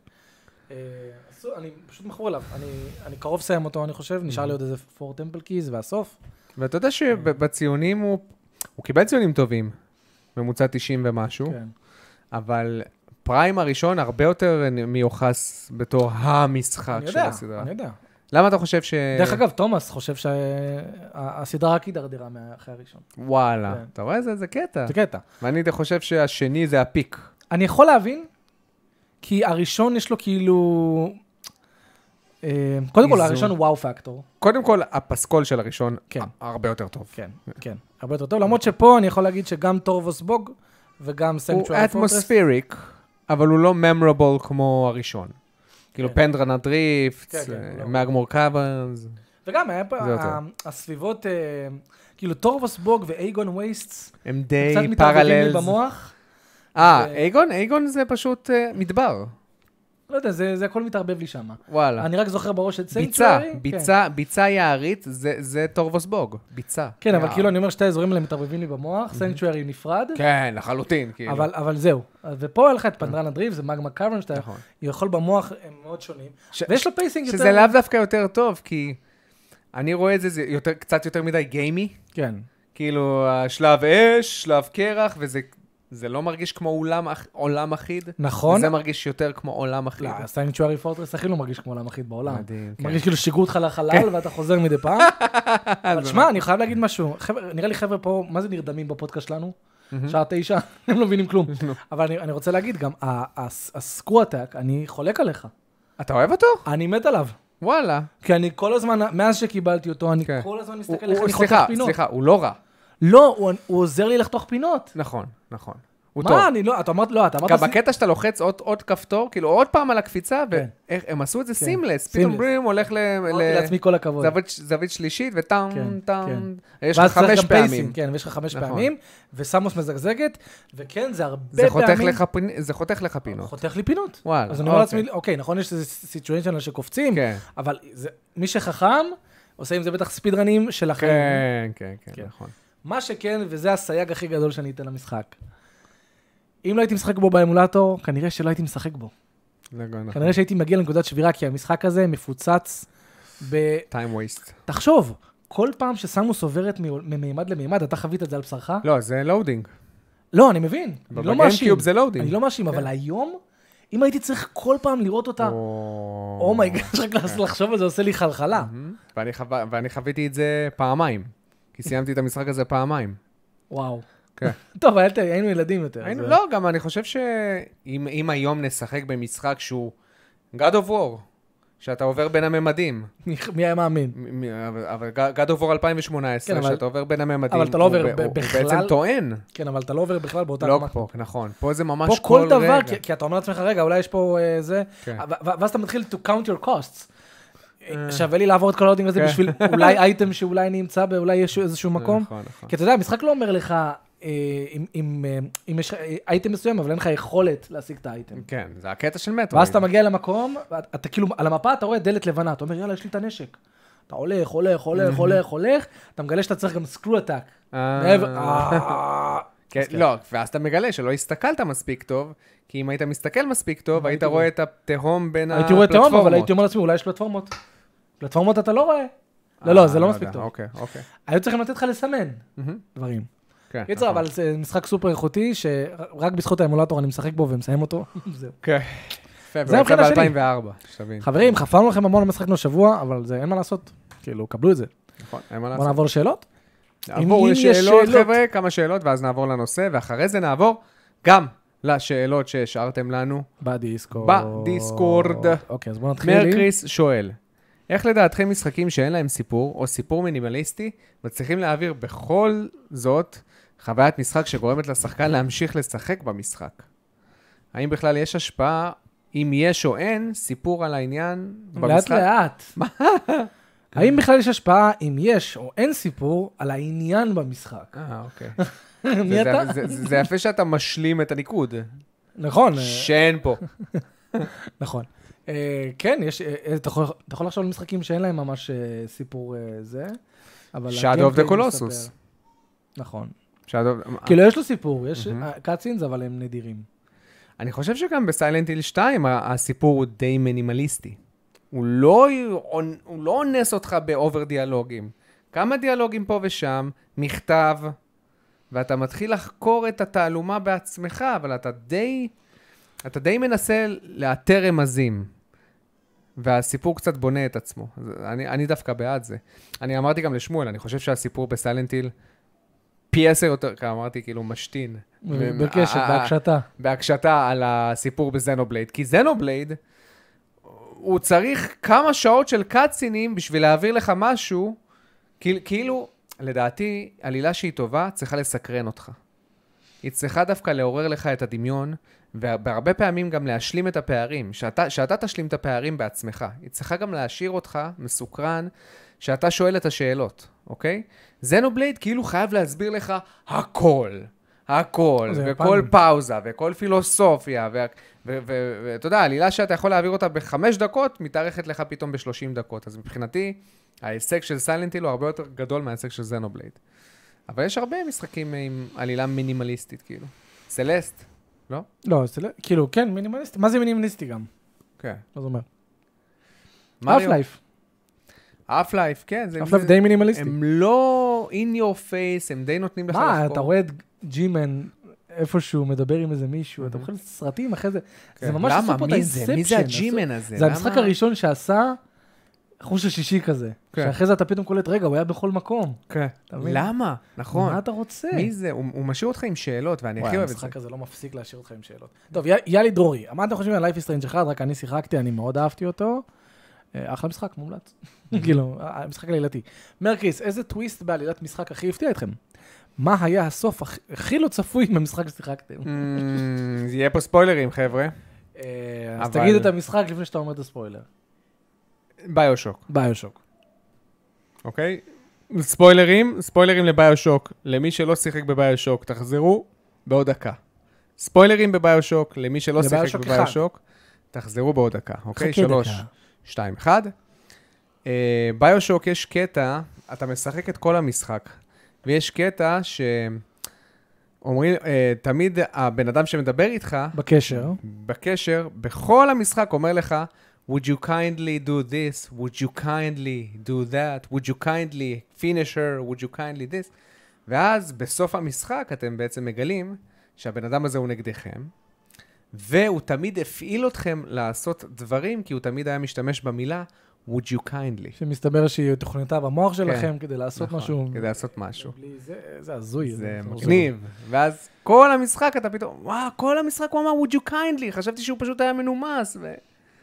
אני פשוט מכור אליו. אני קרוב לסיים אותו, אני חושב, נשאר לי עוד איזה four temple keys, והסוף. ואתה יודע שבציונים הוא, הוא קיבל ציונים טובים, ממוצע תשעים ומשהו, אבל פריים הראשון הרבה יותר מיוחס בתור המשחק של הסדרה. אני יודע. למה אתה חושב ש... דרך אגב, תומאס חושב שהסדרה רק הידרדרה מאחרי הראשון. וואלה, אתה רואה זה? זה קטע. זה קטע. ואני חושב שהשני זה הפיק. אני יכול להבין, כי הראשון יש לו כאילו... קודם כל, הראשון הוא וואו פקטור. קודם כל, הפסקול של הראשון הרבה יותר טוב. כן, כן, הרבה יותר טוב. למרות שפה אני יכול להגיד שגם טורבוס בוג וגם סנקטוארי פורטרס... הוא אטמוספיריק, אבל הוא לא ממרבול כמו הראשון. כאילו פנדרן הדריפט, מאגמור קאברנס. וגם היה פה הסביבות, כאילו טורבוס בוג ואייגון וייסטס, הם די קצת מתערבבים לי במוח. אה, אייגון? אייגון זה פשוט מדבר. לא יודע, זה הכל מתערבב לי שם. וואלה. אני רק זוכר בראש את סנקטוארי. ביצה, ביצה יערית, זה טורבוס בוג, ביצה. כן, אבל כאילו אני אומר שתי האזורים האלה מתערבבים לי במוח, סנקטוארי נפרד. כן, לחלוטין, כאילו. אבל זהו. ופה היה לך את פנדרן הדריפט, זה מאגמה קאברן, שאתה יכול במוח, הם מאוד שונים. ויש לו פייסינג יותר... שזה לאו דווקא יותר טוב, כי אני רואה את זה, זה קצת יותר מדי גיימי. כן. כאילו, שלב אש, שלב קרח, וזה... זה לא מרגיש כמו עולם, עולם אחיד. נכון. זה מרגיש יותר כמו עולם אחיד. לא, סנקטוארי פורטרס הכי לא מרגיש כמו עולם אחיד בעולם. מדהים, כן. מרגיש כאילו שיגרו אותך לחלל ואתה חוזר מדי פעם. אבל תשמע, אני חייב להגיד משהו. נראה לי חבר'ה פה, מה זה נרדמים בפודקאסט שלנו? שעה תשע, הם לא מבינים כלום. אבל אני רוצה להגיד גם, הסקרו-אטק, אני חולק עליך. אתה אוהב אותו? אני מת עליו. וואלה. כי אני כל הזמן, מאז שקיבלתי אותו, אני כל הזמן מסתכל איך אני חותך פינות. סליחה, הוא לא רע. לא, הוא עוזר לי לחתוך פינות. נכון, נכון. הוא טוב. מה, אני לא, אתה אמרת, לא, אתה אמרת... בקטע שאתה לוחץ עוד כפתור, כאילו עוד פעם על הקפיצה, והם עשו את זה סימלס, פתאום ברים הולך ל... אמרתי לעצמי כל הכבוד. זווית שלישית, וטאם, טאם, יש לך חמש פעמים. כן, ויש לך חמש פעמים, וסמוס מזגזגת, וכן, זה הרבה פעמים... זה חותך לך פינות. חותך לי פינות. וואלה. אז אני אומר לעצמי, אוקיי, נכון, יש איזה סיטואציה שקופצים, אבל מי שחכם, עושה עם זה בטח ספידרנים של החיים. כן, כן, כן, נכון. מה שכן, וזה הסייג הכי גדול שאני אתן למשחק. אם לא הייתי משחק בו באמולטור, כנראה שלא הייתי משחק בו. כנראה שהייתי מגיע לנקודת שבירה, כי המשחק הזה מפוצץ ב... time waste. תחשוב, כל פעם שסמוס עוברת ממימד למימד, אתה חווית את זה על בשרך? לא, זה לואודינג. לא, אני מבין. אני לא מאשים. זה לואודינג. אני לא מאשים, אבל היום, אם הייתי צריך כל פעם לראות אותה, אומייגאד, רק לחשוב על זה עושה לי חלחלה. ואני חוויתי את זה פעמיים, כי סיימתי את המשחק הזה פעמיים. וואו. טוב, היינו ילדים יותר. לא, גם אני חושב שאם היום נשחק במשחק שהוא God of War, שאתה עובר בין הממדים. מי היה מאמין? אבל God of War אלפיים שמונה עשרה, שאתה עובר בין הממדים. אבל אתה לא עובר בכלל... הוא בעצם טוען. כן, אבל אתה לא עובר בכלל באותה... לא פה, נכון. פה זה ממש כל רגע. פה כל דבר, כי אתה אומר לעצמך, רגע, אולי יש פה זה, ואז אתה מתחיל to count your costs. שווה לי לעבור את כל האודינג הזה בשביל אולי אייטם שאולי נמצא באולי יש איזשהו מקום. כי אתה יודע, המשחק לא אומר לך, אם יש אייטם מסוים, אבל אין לך יכולת להשיג את האייטם. כן, זה הקטע של מטרו. ואז אתה מגיע למקום, אתה כאילו, על המפה אתה רואה דלת לבנה, אתה אומר, יאללה, יש לי את הנשק. אתה הולך, הולך, הולך, הולך, הולך, אתה מגלה שאתה צריך גם סקרו אטאק. לא, ואז אתה מגלה שלא הסתכלת מספיק טוב, כי אם היית מסתכל מספיק טוב, היית רואה את התהום בין הפלטפורמות. הייתי רואה תהום, אבל הייתי אומר לעצמי, אולי יש פלטפורמות. פלטפורמות אתה לא רואה. לא, לא, זה לא מספיק טוב. אוקיי, אוקיי. היו צריכים לתת לך לסמן דברים. קיצר, אבל זה משחק סופר איכותי, שרק בזכות האמולטור אני משחק בו ומסיים אותו. זהו. כן. זה מבחינה שלי. ב-אלפיים וארבע, חברים, חפרנו לכם המון משחקנו שבוע, אבל זה אין מה לעשות. כאילו, קבלו את זה. נכון, אין מה לעשות. בוא נעבור לשאלות. נעבור לשאלות, חבר'ה, כמה שאלות, ואז נעבור לנושא, ואחרי זה נעבור גם לשאלות שהשארתם לנו. בדיסקורד. בדיסקורד. אוקיי, אז בוא נתחיל. מרקריס שואל, איך לדעתכם משחקים שאין להם סיפור, או סיפור מינימליסטי, מצליחים להעביר בכל זאת חוויית משחק שגורמת לשחקן להמשיך לשחק במשחק? האם בכלל יש השפעה, אם יש או אין, סיפור על העניין במשחק? לאט לאט. מה? האם בכלל יש השפעה, אם יש או אין סיפור, על העניין במשחק? אה, אוקיי. מי אתה? זה יפה שאתה משלים את הניקוד. נכון. שאין פה. נכון. כן, יש, אתה יכול לחשוב על משחקים שאין להם ממש סיפור זה, אבל... Shadow of the Colossus. נכון. כאילו יש לו סיפור, יש קאצינס, אבל הם נדירים. אני חושב שגם בסיילנט היל שתיים הסיפור הוא די מינימליסטי. הוא לא, הוא לא אונס אותך באובר דיאלוגים. כמה דיאלוגים פה ושם, מכתב, ואתה מתחיל לחקור את התעלומה בעצמך, אבל אתה די, אתה די מנסה לאתר רמזים. והסיפור קצת בונה את עצמו. אני, אני דווקא בעד זה. אני אמרתי גם לשמואל, אני חושב שהסיפור בסיילנט היל פי עשר יותר, כי אמרתי כאילו משתין. בקשת, בהקשתה. בהקשתה על הסיפור בזנובלייד. כי זנובלייד, הוא צריך כמה שעות של קאצינים בשביל להעביר לך משהו, כאילו, לדעתי, עלילה שהיא טובה, צריכה לסקרן אותך. היא צריכה דווקא לעורר לך את הדמיון, ובהרבה פעמים גם להשלים את הפערים, שאתה, שאתה תשלים את הפערים בעצמך. היא צריכה גם להשאיר אותך מסוקרן, שאתה שואל את השאלות, אוקיי? זנובלייד כאילו חייב להסביר לך הכל, הכל, וכל פאוזה, וכל פילוסופיה, ואתה יודע, העלילה שאתה יכול להעביר אותה בחמש דקות, מתארכת לך פתאום בשלושים דקות. אז מבחינתי, ההישג של סיילנט היל הוא הרבה יותר גדול מההישג של זנובלייד. אבל יש הרבה משחקים עם עלילה מינימליסטית, כאילו. סלסט, לא? לא, כאילו, כן, מינימליסטי. מה זה מינימליסטי גם? כן. מה זה אומר? Half-Life. Half-Life, כן. Half-Life די מינימליסטי. הם לא in your face, הם די נותנים לך לחקור. מה, אתה רואה את ג'ימן איפשהו מדבר עם איזה מישהו, אתה אוכל סרטים אחרי זה. זה ממש עשו פה את האינספשן. מי זה הג'ימן הזה? זה המשחק הראשון שעשה חוש השישי כזה. שאחרי זה אתה פתאום קולט, רגע, הוא היה בכל מקום. כן. למה? נכון. מה אתה רוצה? מי זה? הוא משאיר אותך עם שאלות, ואני הכי אוהב את זה. המשחק הזה לא מפסיק להשאיר אותך עם שאלות. טוב, יאלי דרורי, מה אתם חושבים על Life is Strange אחד? רק אני שיחקתי, אני מאוד אהבתי אותו. אחלה משחק, מומלץ. כאילו, משחק עלילתי. מרקיס, איזה טוויסט בעלילת משחק הכי הפתיע אתכם? מה היה הסוף הכ- הכי לא צפוי במשחק ששיחקתם? Mm, יהיה פה ספוילרים, חבר'ה. אה, אז אבל- תגיד את המשחק לפני שאתה אומר את הספוילר. ביושוק, ביושוק. אוקיי? ספוילרים, ספוילרים לביושוק. למי שלא שיחק בביושוק, תחזרו בעוד דקה. ספוילרים בביושוק, למי שלא שיחק לביושוק אחד. בביושוק, תחזרו בעוד דקה, אוקיי? חכה שלוש, דקה. שתיים, אחד. אה, ביושוק יש קטע, אתה משחק את כל המשחק, ויש קטע שאומרים, אה, תמיד הבן אדם שמדבר איתך, בקשר. בקשר, בכל המשחק אומר לך, would you kindly do this, would you kindly do that, would you kindly finish her, would you kindly this, ואז בסוף המשחק אתם בעצם מגלים שהבן אדם הזה הוא נגדכם, והוא תמיד הפעיל אתכם לעשות דברים, כי הוא תמיד היה משתמש במילה, would you kindly. שמסתבר שהיא תוכנתה במוח שלכם כדי לעשות נכון, משהו. כדי לעשות משהו. בלי זה, זה הזוי. זה זה מגניב. ואז כל המשחק אתה פתאום, וואו, כל המשחק הוא אמר, would you kindly, חשבתי שהוא פשוט היה מנומס. ו...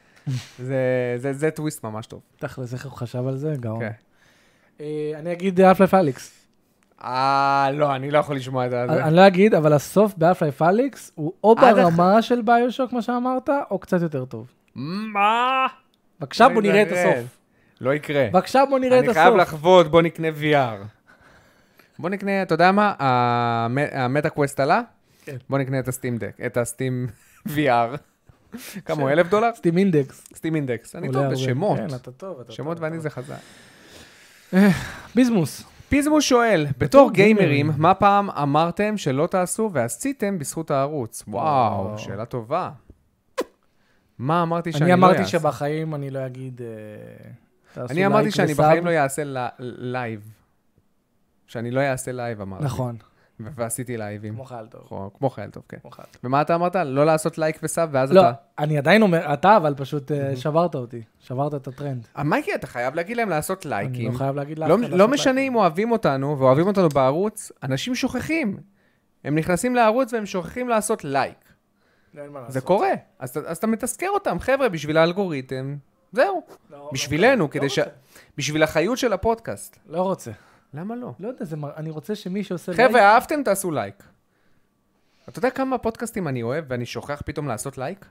זה, זה, זה טוויסט ממש טוב. תכל'ס, איך הוא חשב על זה? גאון. כן. אה, אני אגיד Half-Life אליקס. אה, לא, אני לא יכול לשמוע את זה. אני לא אגיד, אבל הסוף ב-Half-Life אליקס הוא או עד ברמה של ביושוק, מה שאמרת, או קצת יותר טוב. מה? בבקשה, בוא נראה את הסוף. לא יקרה. בבקשה, בוא נראה את אני הסוף. חייב לחוות, בוא נקנה וי אר. בוא נקנה, אתה יודע מה? המטה קווסט עלה? כן. בוא נקנה את הסטים דק, את הסטים וי אר. כמה הוא? אלף דולר? סטים אינדקס. סטים אינדקס. אני עולה טוב הרבה. בשמות. כן, אתה טוב, אתה שמות טוב, ואני אתה זה חזק. טוב. ביזמוס. פיזמו שואל, בתור גיימרים, מה פעם אמרתם שלא תעשו ועשיתם בזכות הערוץ? וואו, וואו. שאלה טובה. מה אמרתי שאני אני לא אמרתי אעשה? שבחיים אני לא אגיד... אה, תעשו אני אמרתי לייק שאני וסאב. בחיים לא אעשה ל- לייב. שאני לא אעשה לייב, אמרתי. נכון, ו- ועשיתי לייבים. כמו חייל טוב. כמו- כמו חייל טוב, כן. כמו חייל טוב. ומה אתה אמרת? לא לעשות לייק וסאב, ואז לא, אתה... אני עדיין אומר, אתה אבל פשוט אה, שברת אותי. שברת את הטרנד. אה, מייקי, אתה חייב להגיד להם לעשות אני לייקים. לא חייב להגיד לאף לא, אחד לא לעשות משנה לייקים. אם אוהבים אותנו, ואוהבים אותנו בערוץ, אנשים שוכחים. הם נכנסים לערוץ והם שוכחים לעשות לייק. אין מה זה לעשות. קורה. אז, אתה- אז אתה מתזכר אותם, חבר'ה, בשביל האלגוריתם. זהו. לא, בשבילנו, לא כדי רוצה. ש... בשביל החיות של הפודקאסט. לא רוצה. למה לא? לא יודע, זה מר- אני רוצה שמי שעושה לייק... חבר'ה, אהבתם, תעשו לייק. אתה יודע כמה פודקאסטים אני אוהב, ואני שוכח פתאום לעשות לייק?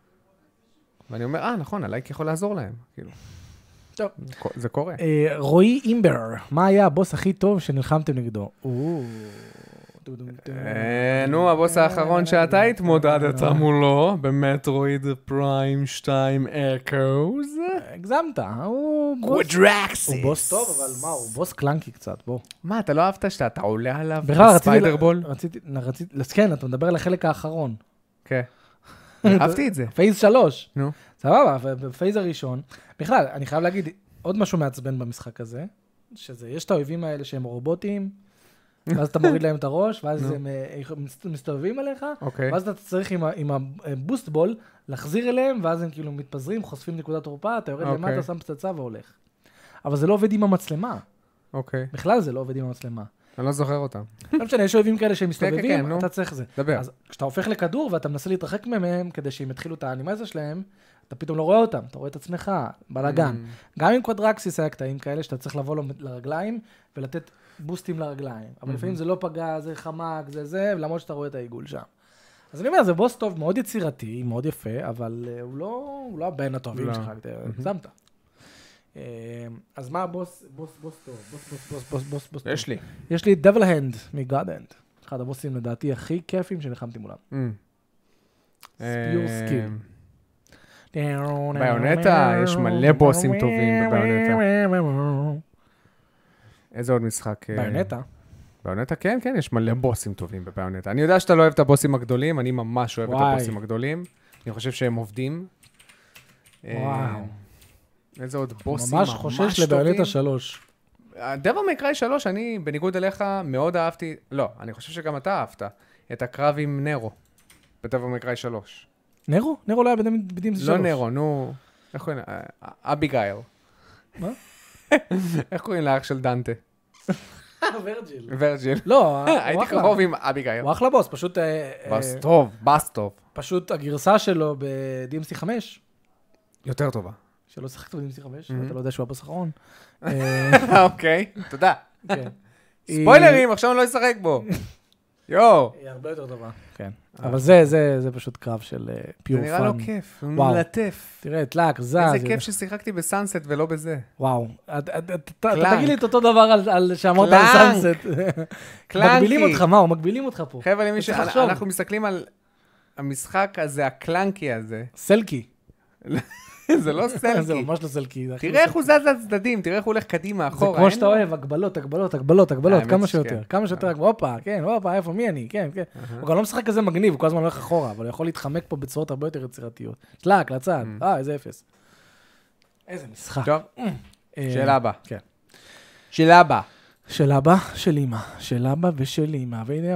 ואני אומר, אה, נכון, הלייק יכול לעזור להם. כאילו, טוב. זה קורה. אה, רועי אימבר, מה היה הבוס הכי טוב שנלחמתם נגדו? או, טו, טו, טו. אה, נו, הבוס האחרון שאתה התמודדת מולו, במטרואיד פריים שתיים אקוז. הגזמת, הוא בוס... הוא בוס טוב, אבל מה, הוא בוס קלנקי קצת, בוא. מה, אתה לא אהבת שאתה עולה עליו בכלל, רציתי... בספיידר בול? רציתי... רציתי... כן, אתה מדבר על החלק האחרון. כן. אהבתי את זה. פייז שלוש. נו. סבבה, ובפייז הראשון, בכלל, אני חייב להגיד עוד משהו מעצבן במשחק הזה, שזה, יש את האויבים האלה שהם רובוטים, ואז אתה מוריד להם את הראש, ואז הם אה, מסתובבים עליך, אוקיי. ואז אתה צריך עם ה- עם הבוסט בול להחזיר אליהם, ואז הם כאילו מתפזרים, חושפים נקודת תורפה, אתה יורד אוקיי. למטה, שם פצצה והולך. אבל זה לא עובד עם המצלמה. אוקיי. בכלל זה לא עובד עם המצלמה. אני לא זוכר אותם. לא משנה, יש אויבים כאלה שהם כן, כן, מסתובבים, נו. אתה צריך זה. דבר. אז כשאתה הופך לכדור ואתה מנסה להתרחק מהם כדי שהם יתחילו את האנימציה שלהם, אתה פתאום לא רואה אותם, אתה רואה את עצמך, בלאגן. Mm. גם עם קוואדרקסיס היה קטעים כאלה שאתה צריך לבוא לו לרגליים ולתת בוסטים לרגליים. אבל לפעמים זה לא פגע, זה חמק, זה זה, למרות שאתה רואה את העיגול שם. אז אני אומר, זה בוס טוב, מאוד יצירתי, מאוד יפה, אבל אה, הוא לא, הוא לא הבן הטובים לא. שלך, הגזמת. אה, אז מה הבוס, בוס, בוס טוב, בוס, בוס, בוס, בוס, בוס, בוס טוב. יש לי. יש לי Devil Hand מ-God Hand. אחד הבוסים לדעתי הכי כיפים שנלחמתי מולם. Mm. ספיור אה, סקיל. ביונטה, יש מלא בוסים טובים בביונטה. איזה עוד משחק? אה, ביונטה? ביונטה, כן, כן, יש מלא בוסים טובים בביונטה. אני יודע שאתה לא אוהב את הבוסים הגדולים, אני ממש אוהב את וואי. הבוסים הגדולים. אני חושב שהם עובדים. אה, וואו. איזה עוד בוסים ממש ממש טובים. חושש לביונטה שלוש. דבר מקראי שלוש, אני, בניגוד אליך, מאוד אהבתי, לא, אני חושב שגם אתה אהבת, את הקרב עם נרו, בדבר מקראי שלוש. נרו? נרו לא היה בדים זה שלוש. לא נרו, נו, איך קוראים? אה, אביגיל. מה? איך קוראים לאח של דנטה? ורג'יל. ורג'יל. לא, הוא הייתי אחלה. קרוב עם אביגיל. הוא אחלה בוס, פשוט... אה, אה, בס טוב, בס טוב. פשוט הגרסה שלו ב-די אם סי חמש, יותר טובה. שלא שיחקת ב-די אם סי חמש, Mhm. אתה לא יודע שהוא הבוס האחרון. אה, אוקיי, תודה. כן. ספוילרים, עכשיו אני לא אשחק בו. יואו. היא הרבה יותר טובה, כן. אבל זה, זה, זה פשוט קרב של פיור פאן. זה נראה לו כיף, הוא וואו. מלטף. תראה, טלק, זז. איזה כיף ששיחקתי בסאנסט ולא בזה. וואו. את- את- את- אתה תגיד לי את אותו דבר על- על שאמרת על קלאנק. סאנסט. קלאנקי. מגבילים אותך, מאור, מגבילים אותך פה. חבר'ה, למי צריך לחשוב. שאנחנו מסתכלים על המשחק הזה, הקלנקי הזה, סלקי. זה לא זה סלקי. ממש לא סלקי. זה הכי תראה איך לא הוא זז לצדדים, תראה איך הוא הולך קדימה, זה אחורה. כמו אין שאתה לו- אוהב, הגבלות, הגבלות, הגבלות, הגבלות, הגבלות, האמת כמה שכן. שיותר, כמה שיותר, הופה, כן, הופה, איפה, מי אני, כן, כן. הוא גם לא משחק כזה מגניב, הוא כל הזמן הולך אחורה, אבל הוא יכול להתחמק פה בצורות הרבה יותר יצירתיות. טלק, לצד, אה, איזה אפס. איזה משחק. טוב, אה, שאלה הבאה. כן. שאלה הבאה. של אבא, של אמא, של אבא ושל אמא, והנה...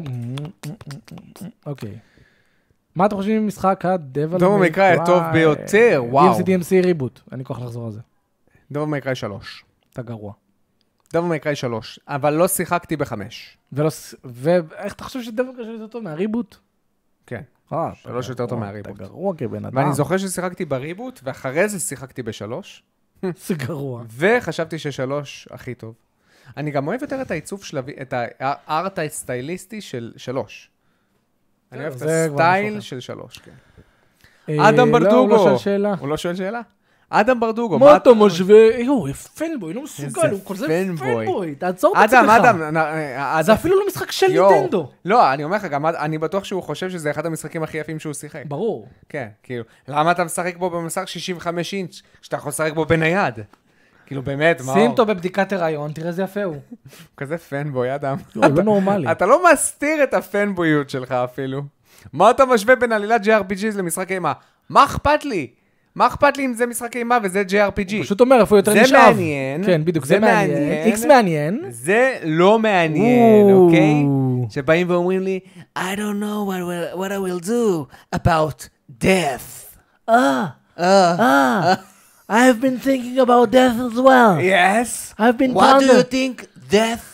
אוקיי. מה אתם חושבים ממשחק ה-Devil דובל מיי קריי הטוב ביותר, וואו. די אם סי די אם סי ריבוט, אין לי כוח לחזור על זה. דובל מיי קריי שלוש. אתה גרוע. דובל מיי קריי שלוש, אבל לא שיחקתי בחמש. ולא... ס- ואיך אתה חושב שדבל קריי יותר טוב מהריבוט? כן. אה, שלוש יותר טוב מהריבוט. אתה גרוע כבן אדם. ואני זוכר ששיחקתי בריבוט, ואחרי זה שיחקתי בשלוש, זה גרוע. וחשבתי ששלוש הכי טוב. אני גם אוהב יותר את העיצוב שלבי, את הארט הסטייליסטי של שלוש. אני אוהב את זה כבר הסטייל משהו אחר. של שלוש, כן. אה, אדם לא, הוא ברדוגו. לא שואל שאלה. הוא לא שואל שאלה? אדם ברדוגו. מה אתה משווה? יואו, פנבוי, לא מסוגל, איזה הוא כזה פנבוי. פנבוי. תעצור את אדם, עצמך. אדם. אה, זה אפילו לא משחק של יואו. ניטנדו. לא, אני אומר לך, גם אני בטוח שהוא חושב שזה אחד המשחקים הכי יפים שהוא שיחק. ברור. כן, כאילו, למה אתה משחק בו במסך שישים וחמש אינץ' כשאתה יכול לשחק בו בנייד? כאילו, באמת, מה שים אותו בבדיקת הריון, תראה איזה יפה הוא. הוא כזה פנבוי, אדם. לא, לא נורמלי. אתה לא מסתיר את הפנבויות שלך אפילו. מה אתה משווה בין עלילת ג'י אר פי ג'י למשחק אימה? מה אכפת לי? מה אכפת לי אם זה משחק אימה וזה ג'י אר פי ג'י? הוא פשוט אומר איפה יותר זה נשאב. מעניין. כן, בדיוק, זה זה מעניין. מעניין. איקס מעניין. זה לא מעניין, או. אוקיי? שבאים ואומרים לי, I don't know what, will, what I will do about death. אה, Uh, אה. I've been thinking about death as well. yes. I've been What do you ponder- think death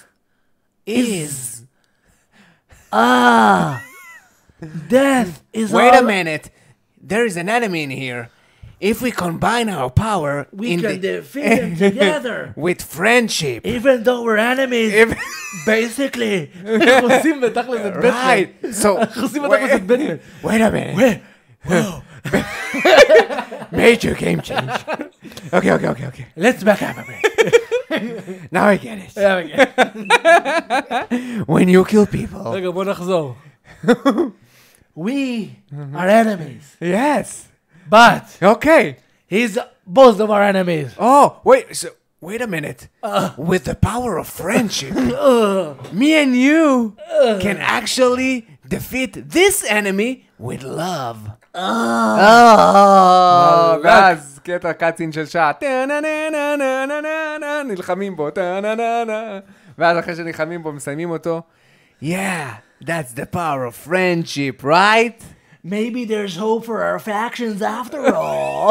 is? Ah. Death is Wait all... a minute. There is an enemy in here. If we combine our power We in can the- defeat them together. with friendship. Even though we're enemies. If- basically. איך עושים בתכלס את בטמן? right. So איך עושים בתכלס את בטמן? wait a minute. Major game change. Okay, okay, okay, okay. Let's back up a bit. Now I get it. There we go. When you kill people. רגע, בוא נחזור. We are enemies. Yes. But Okay. he's both of our enemies. Oh, wait. So wait a minute. With the power of friendship, me and you can actually defeat this enemy with love. Oh, ואז קטע קאצין של שעה, נלחמים בו, ואז אחרי שנלחמים בו מסיימים אותו, yeah, that's the power of friendship, right? Maybe there's hope for our factions after all.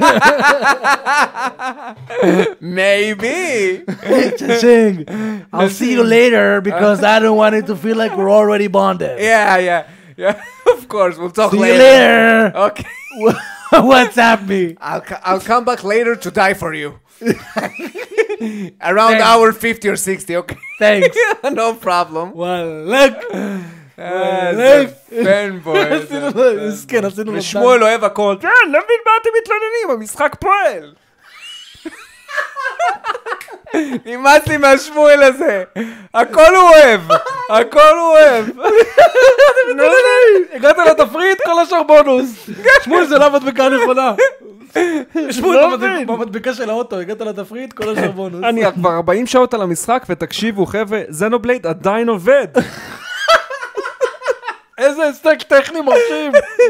Maybe. Ching, I'll see you later because I don't want it to feel like we're already bonded. Yeah, yeah, yeah, of course, we'll talk See you later. later. Okay. WhatsApp me. I'll, co- I'll come back later to die for you. Around Thanks. hour fifty or sixty, okay? Thanks. No problem. Well, look. איזה פנבוי. עשינו לו, מסכן, עשינו לו ושמואל אוהב הכל. כן, לא מבין מה אתם מתלוננים, המשחק פועל. נמאס לי מהשמואל הזה. הכל הוא אוהב. הכל הוא אוהב. הגעת לתפריט, כל השאר בונוס. שמואל זה לא המדבקה הנכונה. שמואל במדבקה של האוטו, הגעת לתפריט, כל השאר בונוס. אני כבר ארבעים שעות על המשחק, ותקשיבו חבר'ה, זנובלייד עדיין עובד. איזה הישג טכני מרשים.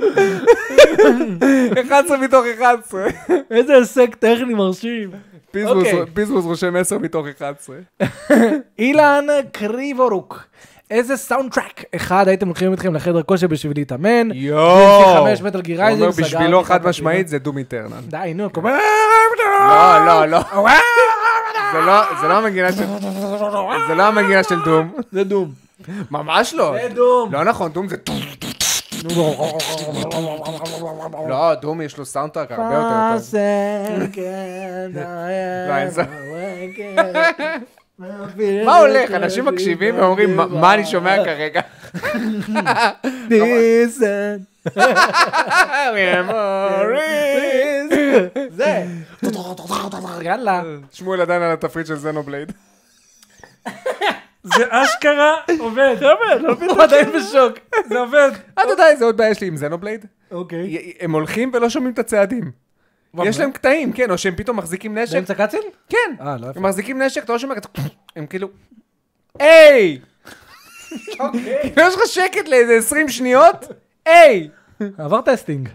אחת עשרה מתוך אחת עשרה. איזה הישג טכני מרשים. אוקיי. פיזמוס רושם עשר מתוך אחת עשרה. אילן קריבורוק. איזה סאונד טראק אחד הייתם לוקחים אתכם לחדר כושר בשביל להתאמן? יואו. חמש מטל גירייזינג. הוא אומר בשבילו חד משמעית זה דום איטרנל. די, נו, קומה. לא, לא, לא. זה לא, זה לא המנגינה של... זה לא המנגינה של דום. זה דום. ממש לא. זה דום. לא נכון, דום זה... לא, דום יש לו סאונדטראק הרבה יותר טוב. לא, אין זה. מה הולך? אנשים מקשיבים ואומרים, מה אני שומע כרגע? ניסן. זה. יאללה. שמואל עדיין על התפריט של זנובלייד. זה אשכרה עובד. הוא עדיין בשוק. זה עובד. אתה יודע איזה עוד בעיה יש לי עם זנובלייד? אוקיי. הם הולכים ולא שומעים את הצעדים. יש להם קטעים, כן, או שהם פתאום מחזיקים נשק. באמצע קאצין? כן. אה, לא יפה. הם מחזיקים נשק, אתה לא שומע, הם כאילו, היי! אוקיי. יש לך שקט לאיזה עשרים שניות? היי! עבר טסטינג.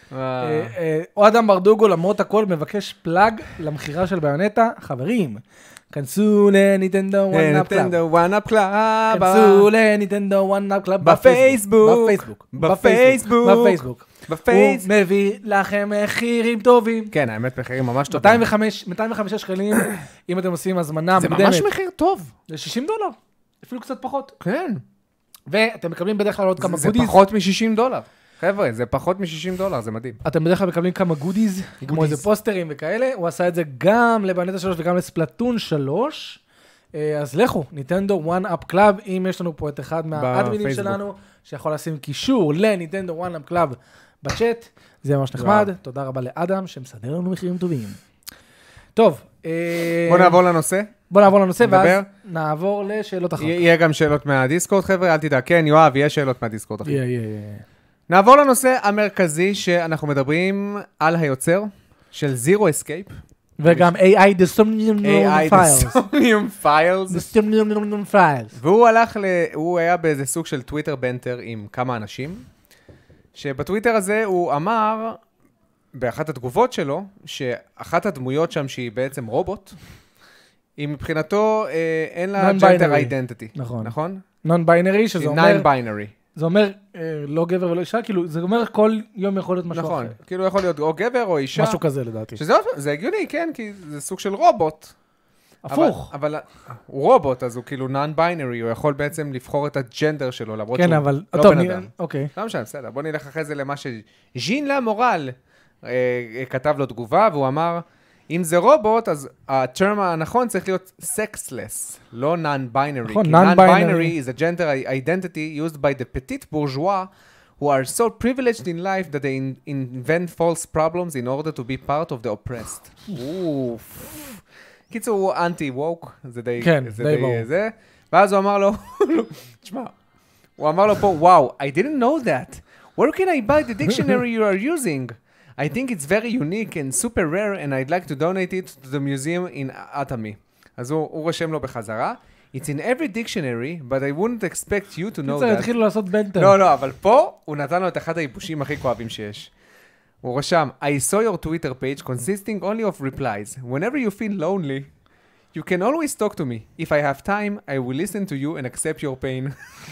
או אדם ברדוגו, למרות הכל, מבקש פלאג למחירה של ביונטה. חברים, כנסו לניטנדו וואן-אפ קלאב. ניטנדו וואן-אפ קלאב. כנסו לניטנדו וואן-אפ קלאב בפייסבוק. בפייסבוק. בפייסבוק. בפייסבוק. בפייס. הוא מביא לכם מחירים טובים. כן, האמת מחירים ממש טובים. מאתיים וחמש שקלים, אם אתם עושים הזמנה זה מוקדמת. ממש מחיר טוב. זה שישים דולר. אפילו קצת פחות. כן. ואתם מקבלים בדרך כלל עוד כמה זה גודיז. פחות מ-שישים דולר. חבר'ה, זה פחות מ-שישים דולר, זה מדהים. אתם בדרך כלל מקבלים כמה גודיז, כמו איזה פוסטרים וכאלה. הוא עשה את זה גם לביונטה שלוש וגם לספלטון שלוש. אז לכו, ניטנדו וואן-אפ קלאב, אם יש לנו פה את אחד מהאדמינים שלנו, שיכול לשים קישור לניטנדו וואן-אפ קלאב בצ'אט, זה ממש נחמד. תודה רבה לאדם שמסדר לנו מחירים טובים. טוב. בוא נעבור לנושא. בוא נעבור לנושא, ואז נעבור לשאלות אחר כך. יהיה גם שאלות מהדיסקורד, חבר'ה, אל תדע. כן, יואב, יהיה שאלות מהדיסקורד אחר. יהיה, יהיה, יהיה. נעבור לנושא המרכזי שאנחנו מדברים על היוצר של זירו אסקייפ. וגם איי איי Desomnium Files. Desomnium Files. Desomnium Files. והוא הלך ל... הוא היה באיזה סוג של טוויטר בנטר עם כמה אנשים, שבטוויטר הזה הוא אמר, באחת התגובות שלו, שאחת הדמויות שם שהיא בעצם רובוט, היא מבחינתו אה, אין לה ג'נדר אידנטיטי. נכון. נכון? נון-ביינרי, שזה אומר... נון-ביינרי. זה אומר אה, לא גבר ולא אישה, כאילו זה אומר כל יום יכול להיות משהו אחר. נכון, כאילו יכול להיות או גבר או אישה. משהו כזה לדעתי. שזה זה הגיוני, כן, כי זה סוג של רובוט. הפוך. אבל, אבל הוא רובוט, אז הוא כאילו נון-ביינרי, הוא יכול בעצם לבחור את הג'נדר שלו, למרות כן, שהוא אבל... לא טוב, בן נ... אדם. אוקיי. לא משנה, בסדר. בוא נלך אחרי זה למה שז'ין לה מורל אה, כתב לו תגובה, והוא אמר, אם זה רובוט, אז הטרם הנכון צריך להיות sexless, לא non-binary. נכון, כי non-binary is a gender identity used by the petite bourgeois who are so privileged in life that they in- invent false problems in order to be part of the oppressed. אוף. קיצור, הוא אנטי-ווק, זה די... כן, זה די ברור. זה. ואז הוא אמר לו, תשמע, הוא אמר לו פה, וואו, I didn't know that. Where can I buy the dictionary you are using? I think it's very unique and super rare and I'd like to donate it to the museum in Atami. אז הוא, הוא רשם לו בחזרה. It's in every dictionary, but I wouldn't expect you to know קיצר, that. התחילו לעשות בנטר. לא, לא, אבל פה הוא נתן לו את אחד הייבושים הכי כואבים שיש. הוא רשם, I saw your Twitter page consisting only of replies. Whenever you feel lonely, you can always talk to me. If I have time, I will listen to you and accept your pain.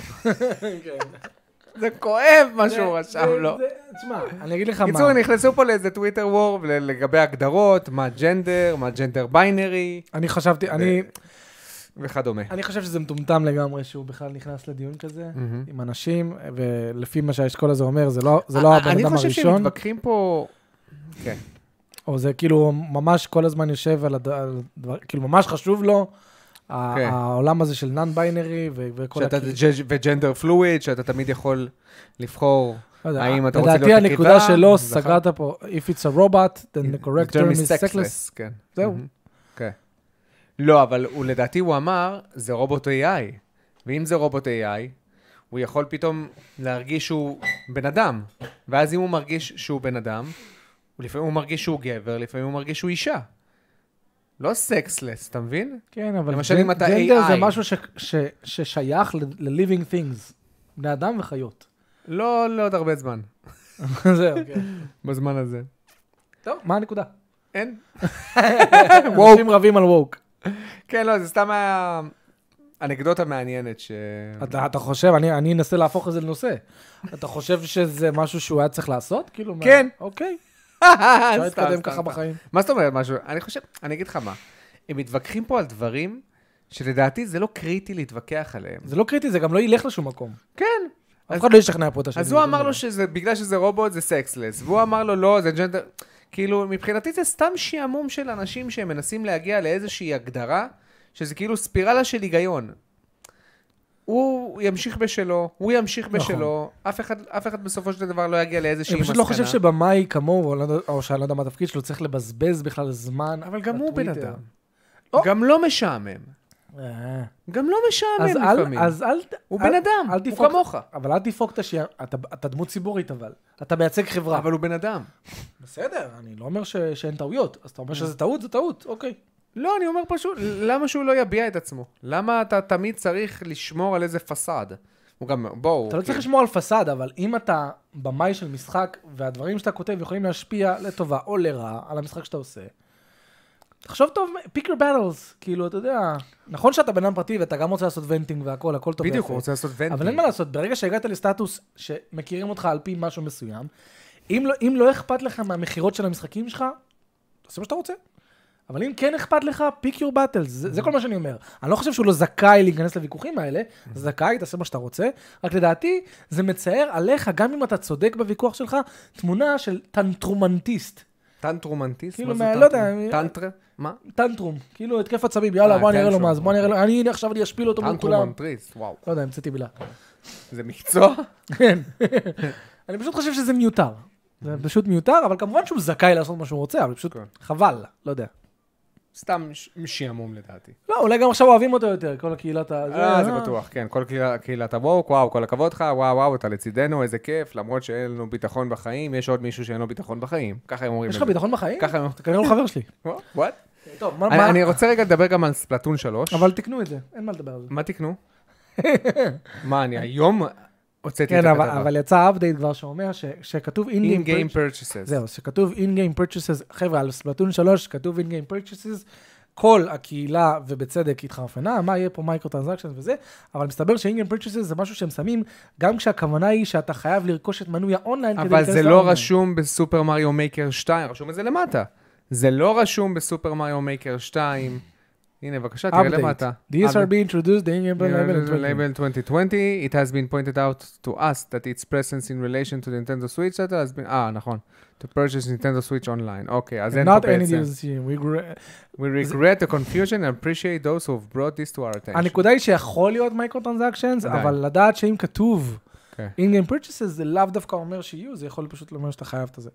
זה כואב מה שהוא רשם לו. תשמע, אני אגיד לך מה. קיצור, נכנסו פה לאיזה טוויטר וור לגבי הגדרות, מה ג'נדר, מה ג'נדר ביינרי. אני חשבתי, אני... וכדומה. אני חושב שזה מטומטם לגמרי שהוא בכלל נכנס לדיון כזה, עם אנשים, ולפי מה שהאשכול הזה אומר, זה לא הבן אדם הראשון. אני חושב שהם מתווכחים פה... כן. או זה כאילו ממש כל הזמן יושב על הדבר, כאילו ממש חשוב לו, העולם הזה של נון-ביינרי וכל... וג'נדר פלואיד, שאתה תמיד יכול לבחור האם אתה רוצה להיות לדעתי נקבה. הנקודה שלו, סגרת פה, if it's a robot, then the correct term is sexless. זהו. כן. לא, אבל הוא, לדעתי הוא אמר, זה רובוט איי איי. ואם זה רובוט איי איי, הוא יכול פתאום להרגיש שהוא בן אדם. ואז אם הוא מרגיש שהוא בן אדם, לפעמים הוא מרגיש שהוא גבר, לפעמים הוא מרגיש שהוא אישה. לא סקסלס, אתה מבין? כן, אבל למשל אם אתה איי איי. ג'נדר זה משהו ששייך ל-living things. בני אדם וחיות. לא, לא עוד הרבה זמן. זהו, כן. בזמן הזה. טוב, מה הנקודה? אין. אנשים רבים על ווק. כן, לא, זה סתם היה אנקדוטה מעניינת ש... אתה, אתה חושב, אני, אני אנסה להפוך את זה לנושא. אתה חושב שזה משהו שהוא היה צריך לעשות? כאילו, כן. מה... אוקיי. אפשר להתקדם ככה בחיים. מה זאת אומרת משהו? אני חושב, אני אגיד לך מה. הם מתווכחים פה על דברים שלדעתי זה לא קריטי להתווכח עליהם. זה לא קריטי, זה גם לא ילך לשום מקום. כן. אף אחד לא ישכנע פה את השני. אז הוא אמר לו שזה, בגלל שזה רובוט זה סקסלס, והוא אמר לו לא, זה ג'נדר... כאילו, מבחינתי זה סתם שעמום של אנשים שהם מנסים להגיע לאיזושהי הגדרה שזה כאילו ספירלה של היגיון. הוא ימשיך בשלו, הוא ימשיך בשלו, אף אחד, אף אחד בסופו של דבר לא יגיע לאיזושהי מסקנה. אני פשוט לא חושב שבמאי כמוהו, או שאני לא יודע מה התפקיד שלו, צריך לבזבז בכלל זמן. אבל גם הוא בן אדם. גם לא משעמם. גם לא משעמם לפעמים. אז אל... הוא בן אדם, הוא כמוך. אבל אל תפוק את השיר, אתה דמות ציבורית אבל. אתה מייצג חברה. אבל הוא בן אדם. בסדר, אני לא אומר שאין טעויות. אז אתה אומר שזה טעות, זה טעות, אוקיי. לא, אני אומר פשוט, למה שהוא לא יביע את עצמו? למה אתה תמיד צריך לשמור על איזה פסאד? הוא גם, בואו... אתה לא צריך לשמור על פסאד, אבל אם אתה במאי של משחק, והדברים שאתה כותב יכולים להשפיע לטובה או לרע על המשחק שאתה עושה, תחשוב טוב, pick your battles, כאילו, אתה יודע, נכון שאתה בן אדם פרטי ואתה גם רוצה לעשות ונטינג והכל, הכל טוב. בדיוק, הוא רוצה לעשות ונטינג. אבל אין מה לעשות, ברגע שהגעת לסטטוס שמכירים אותך על פי משהו מסוים, אם לא, אם לא אכפת לך מהמחירות של המשחקים שלך, תעשה מה שאתה רוצה. אבל אם כן אכפת לך, pick your battles, זה, זה כל מה שאני אומר. אני לא חושב שהוא לא זכאי להיכנס לוויכוחים האלה, זכאי, תעשה מה שאתה רוצה, רק לדעתי, זה מצייר עליך, גם אם אתה צודק בוויכוח שלך, תמונה של טנטרומנטיסט. טנטרומנטיסט? כאילו, מה, לא יודע. טנטרה? מה? טנטרום, כאילו התקף עצבים, יאללה, בוא נראה לו מה, אז בוא נראה לו, אני עכשיו אני אשפיל אותו מול כולם. טנטרומנטיסט, וואו. לא יודע, המצאתי מילה. זה מקצוע? כן. אני פשוט חושב שזה מיותר. זה פשוט מיותר, אבל כמובן שהוא זכאי לעשות מה שהוא רוצה, אבל פשוט חבל, לא יודע. סתם שיעמום לדעתי. לא, אולי גם עכשיו אוהבים אותו יותר, כל הקהילת ה... אה, זה בטוח, כן, כל קהילת הווק, וואו, כל הכבוד לך, וואו, וואו, אתה לצידנו, איזה כיף, למרות שאין לנו ביטחון בחיים, יש עוד מישהו שאין לו ביטחון בחיים. ככה הם אומרים. יש לך ביטחון בחיים? ככה הם... אתה כנראה הוא חבר שלי. וואט? טוב, מה... אני רוצה רגע לדבר גם על ספלטון שלוש. אבל תקנו את זה, אין מה לדבר על זה. מה תקנו? מה, אני היום הוצאתי את הכתבה. כן, אבל יצא אפדייט כבר שאומר שכתוב in-game purchases. זהו, שכתוב in-game purchases, חבר'ה, על ספלטון שלוש, כתוב in-game purchases, כל הקהילה, ובצדק, התחרפנה, מה יהיה פה מייקרו-טרנזקשנס וזה, אבל מסתבר ש-in-game purchases זה משהו שהם שמים, גם כשהכוונה היא שאתה חייב לרכוש את מנוי האונליין, אבל זה לא רשום בסופר מריו מייקר שתיים, רשום את זה למטה. זה לא רשום בסופר מריו מייקר שתיים. הנה, בבקשה, תראה למטה. These are being introduced in label twenty twenty. It has been pointed out to us that its presence in relation to the Nintendo Switch has been... אה, נכון. To purchase Nintendo Switch online. אוקיי, אז אין פה בעצם. We regret the confusion and appreciate those who have brought this to our attention. הנקודה היא שיכול להיות מייקרו-טרנזקשנס, אבל לדעת שאם כתוב in-game purchases, זה לאו דווקא אומר שיהיו, זה יכול פשוט לומר שאתה חייב את זה.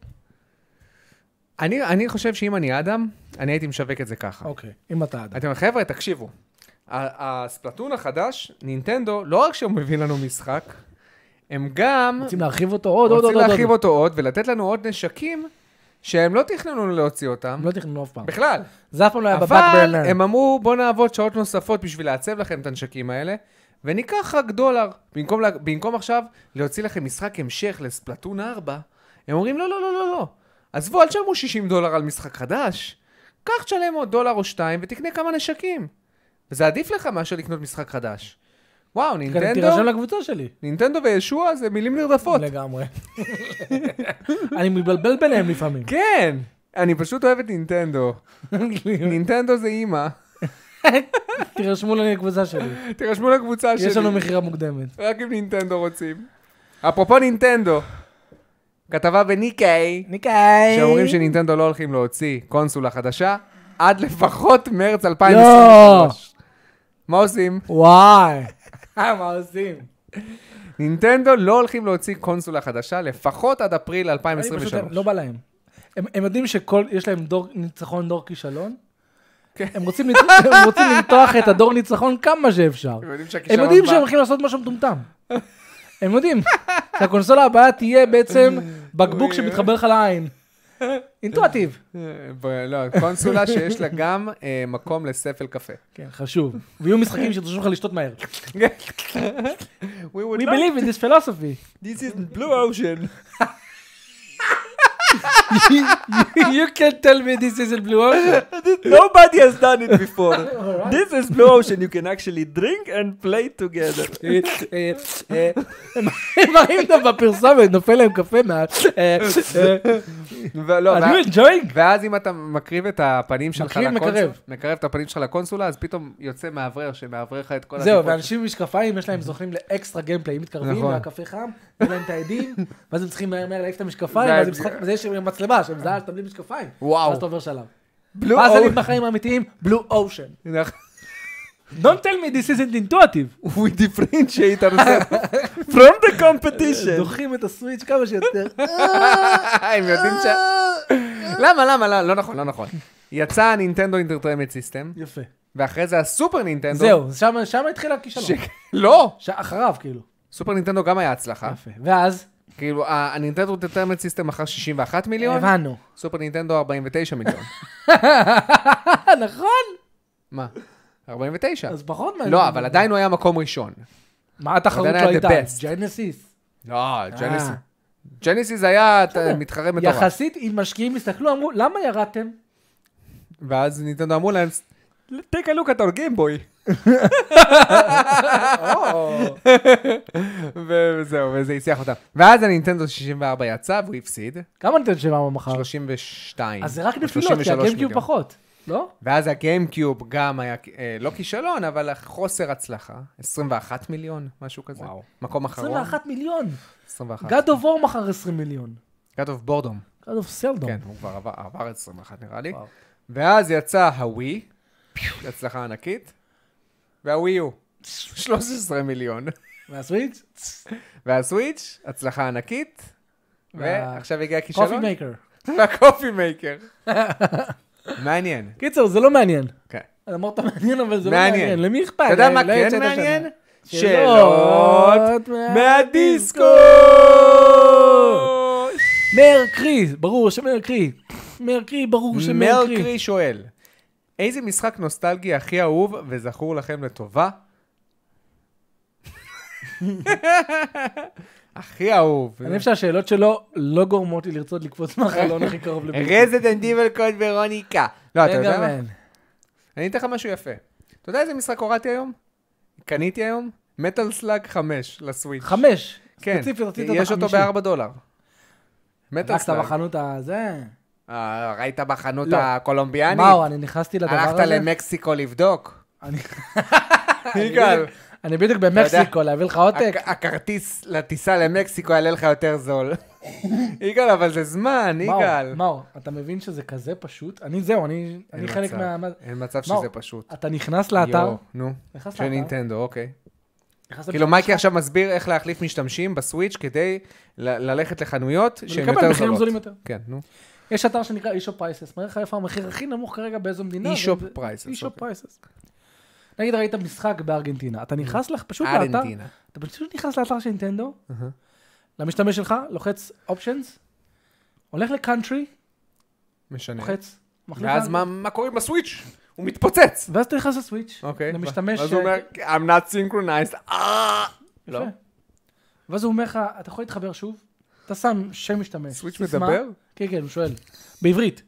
אני, אני חושב שאם אני אדם, אני הייתי משווק את זה ככה. אוקיי, אם אתה אדם. אתם חבר'ה, תקשיבו. הספלטון החדש, נינטנדו, לא רק שהוא מביא לנו משחק, הם גם... רוצים להרחיב אותו עוד, עוד, עוד, רוצים להרחיב אותו עוד, ולתת לנו עוד נשקים, שהם לא תכננו להוציא אותם. לא תכננו אף פעם. בכלל. זה אף פעם לא היה בבק אבל ברנר. הם אמרו, בוא נעבוד שעות נוספות בשביל לעצב לכם את הנשקים האלה, וניקח רק דולר. במקום, במקום עכשיו להוציא לכם משחק המשך לספלטון ארבע, הם אומרים, לא, לא, לא, לא, לא. עזבו, אל תשלמו שישים דולר על משחק חדש. קח תשלם עוד דולר או שתיים ותקנה כמה נשקים. וזה עדיף לך מאשר לקנות משחק חדש. וואו, נינטנדו... תירשם לקבוצה שלי. נינטנדו וישוע זה מילים נרדפות. לגמרי. אני מבלבל ביניהם לפעמים. כן, אני פשוט אוהב את נינטנדו. נינטנדו זה אימא. תירשמו לקבוצה שלי. תירשמו לקבוצה שלי. יש לנו מחירה מוקדמת. רק אם נינטנדו רוצים. אפרופו נינטנדו. כתבה בניקאי, ניקאי, שאומרים שנינטנדו לא הולכים להוציא קונסולה חדשה, עד לפחות מרץ אלפיים עשרים ושלוש. מה עושים? וואי, מה עושים? נינטנדו לא הולכים להוציא קונסולה חדשה, לפחות עד אפריל אלפיים עשרים ושלוש. לא בא להם. הם יודעים שיש להם ניצחון דור כישלון? הם רוצים למתוח את הדור ניצחון כמה שאפשר. הם יודעים שהם הולכים לעשות משהו מטומטם. הם יודעים, שהקונסולה הבאה תהיה בעצם בקבוק שמתחבר לך לעין. אינטואיטיב. לא, קונסולה שיש לה גם מקום לספל קפה. כן, חשוב. ויהיו משחקים שתרשו לך לשתות מהר. We believe in this philosophy. This is Blue Ocean. You can't tell me this isn't Blue Ocean. Nobody has done it before. Right. This is Blue Ocean. You can actually drink and play together. הם מראים אותם בפרסומת, נופל להם קפה מעט. Are you enjoying? ואז אם אתה מקריב את הפנים שלך לקונסולה, מקרב את הפנים שלך לקונסולה, אז פתאום יוצא מעברר שמעברר לך את כל זהו, ואנשים עם משקפיים, יש להם זוכים לאקסטרה גיימפליי, מתקרבים מהקפה חם, יש להם את העדים, ואז הם צריכים מהר להעיף את המשקפיים, ואז יש מצלמה שמזהה שאתה בלי משקפיים. וואו. ואז אתה עובר שלב. ואז אני בחיים האמיתיים, בלו אושן. Don't tell me this isn't intuitive. We differentiate ourselves from the competition. דוחים את הסוויץ' כמה שיותר. הם יודעים ש... למה, למה, לא, לא נכון, לא נכון. יצא הנינטנדו אינטרטיימנט סיסטם, יפה. ואחרי זה הסופר נינטנדו. זהו, שם, שם התחיל הכישלון. לא! אחריו, כאילו. סופר נינטנדו גם היה הצלחה. יפה. ואז? כאילו, הנינטנדו אינטרטיימנט סיסטם מכר שישים ואחד מיליון. הבנו. סופר נינטנדו ארבעים ותשע מיליון. נכון? מה? ארבעים ותשע. אז פחות מעניין. לא, אבל עדיין הוא היה מקום ראשון. מה התחרות עדיין לא היה the הייתה? best. ג'נסיס. לא, ג'נסיס. ג'נסיס היה מתחרה מטורף. יחסית, אם משקיעים הסתכלו, אמרו, למה ירדתם? ואז נינטנדו אמרו להם, Take a look at our Game Boy. וזהו, וזה הצליח אותם. ואז הנינטנדו שישים וארבע יצא והוא הפסיד. כמה נותן שבע מחר? שלושים ושתיים. אז זה רק נפילות, שלושים כי ושלוש הגיימקיוב מיליון. פחות, לא? ואז הגיימקיוב גם היה, אה, לא כישלון, אבל חוסר הצלחה. עשרים ואחד מיליון, משהו כזה. וואו. מקום אחרון. עשרים ואחד מיליון. עשרים ואחת. God of War מחר עשרים מיליון. God of Boredom. God of Seldom. כן, הוא כבר עבר, עבר עשרים ואחת נראה לי. וואו. ואז יצא הווי, הצלחה ענקית, והווי יו, שלוש עשרה מיליון. והסוויץ'? והסוויץ', הצלחה ענקית, וה- ועכשיו הגיע קופי הכישלון. מייקר. והקופי מייקר. מעניין. קיצור, זה לא מעניין. כן. אמרת מעניין, אבל זה לא מעניין. מעניין. למי אכפת? אתה יודע מה לא כן יצאת מעניין? השנה. שאלות מהדיסקו! מאיר קרי, ברור שמאיר קרי. מאיר קרי, ברור שמאיר קרי. מרקרי שואל, איזה משחק נוסטלגי הכי אהוב וזכור לכם לטובה? הכי אהוב. אני חושב שהשאלות שלו לא גורמות לי לרצות לקפוץ מהחלון הכי קרוב לביתי. רזידנט איבל קוד ורוניקה. לא, אתה יודע מה? מן. אני אתן לך משהו יפה. אתה יודע איזה משחק הורדתי היום? קניתי היום? מטל סלאג חמש לסוויץ'. חמש. כן, ספציפית, רצית את יש אותו החמישי. בארבע דולר. מטל הלכת סלאג. בחנות הזה? אה, ראית בחנות לא. הקולומביאנית? מאור, אני נכנסתי לדבר הזה. הלכת למקסיקו לבדוק? אני- יגאל. אני בדיוק במקסיקו, להביא לך עותק. הכ- הכרטיס לטיסה למקסיקו יעלה לך יותר זול. יגאל, אבל זה זמן, מאור, יגאל. מאור, אתה מבין שזה כזה פשוט? אני זהו, אני אני אין חלק מצב, מה... אין מצב מאור, שזה פשוט. אתה נכנס לאתר, יואו, נו, נכנס של לאתר, נינטנדו, אוקיי. נכנס כאילו למשחק מייקי עכשיו מסביר איך להחליף משתמשים בסוויץ' כדי ל- ללכת לחנויות שהן ולקבל יותר מחירים זולות. זולים יותר. כן, נו. יש אתר שנקרא אישופ פרייסס, מראה לך איפה המחיר הכי נמוך כרגע באיזו מדינה. אישופ וזה- פרייסס, אישופ אוקיי. פרייסס. נגיד ראית משחק בארגנטינה, אתה נכנס לך פשוט לאתר, ארנטינה. אתה פשוט נכנס לאתר של נינטנדו, אהה. למשתמש שלך, לוחץ אופשנס, הולך לקאנטרי, משנה. לוחץ, מחליף ואז לאנגלית, מה מה קורה עם הסוויץ'? הוא מתפוצץ. ואז אתה נכנס לסוויץ', אוקיי. למשתמש... ואז הוא אומר, I'm not synchronized. אה! לא. יפה. ואז הוא אומר לך, אתה יכול להתחבר שוב? אתה שם שם משתמש. סוויץ' סיסמה. מדבר? כן, כן, הוא שואל. בעברית.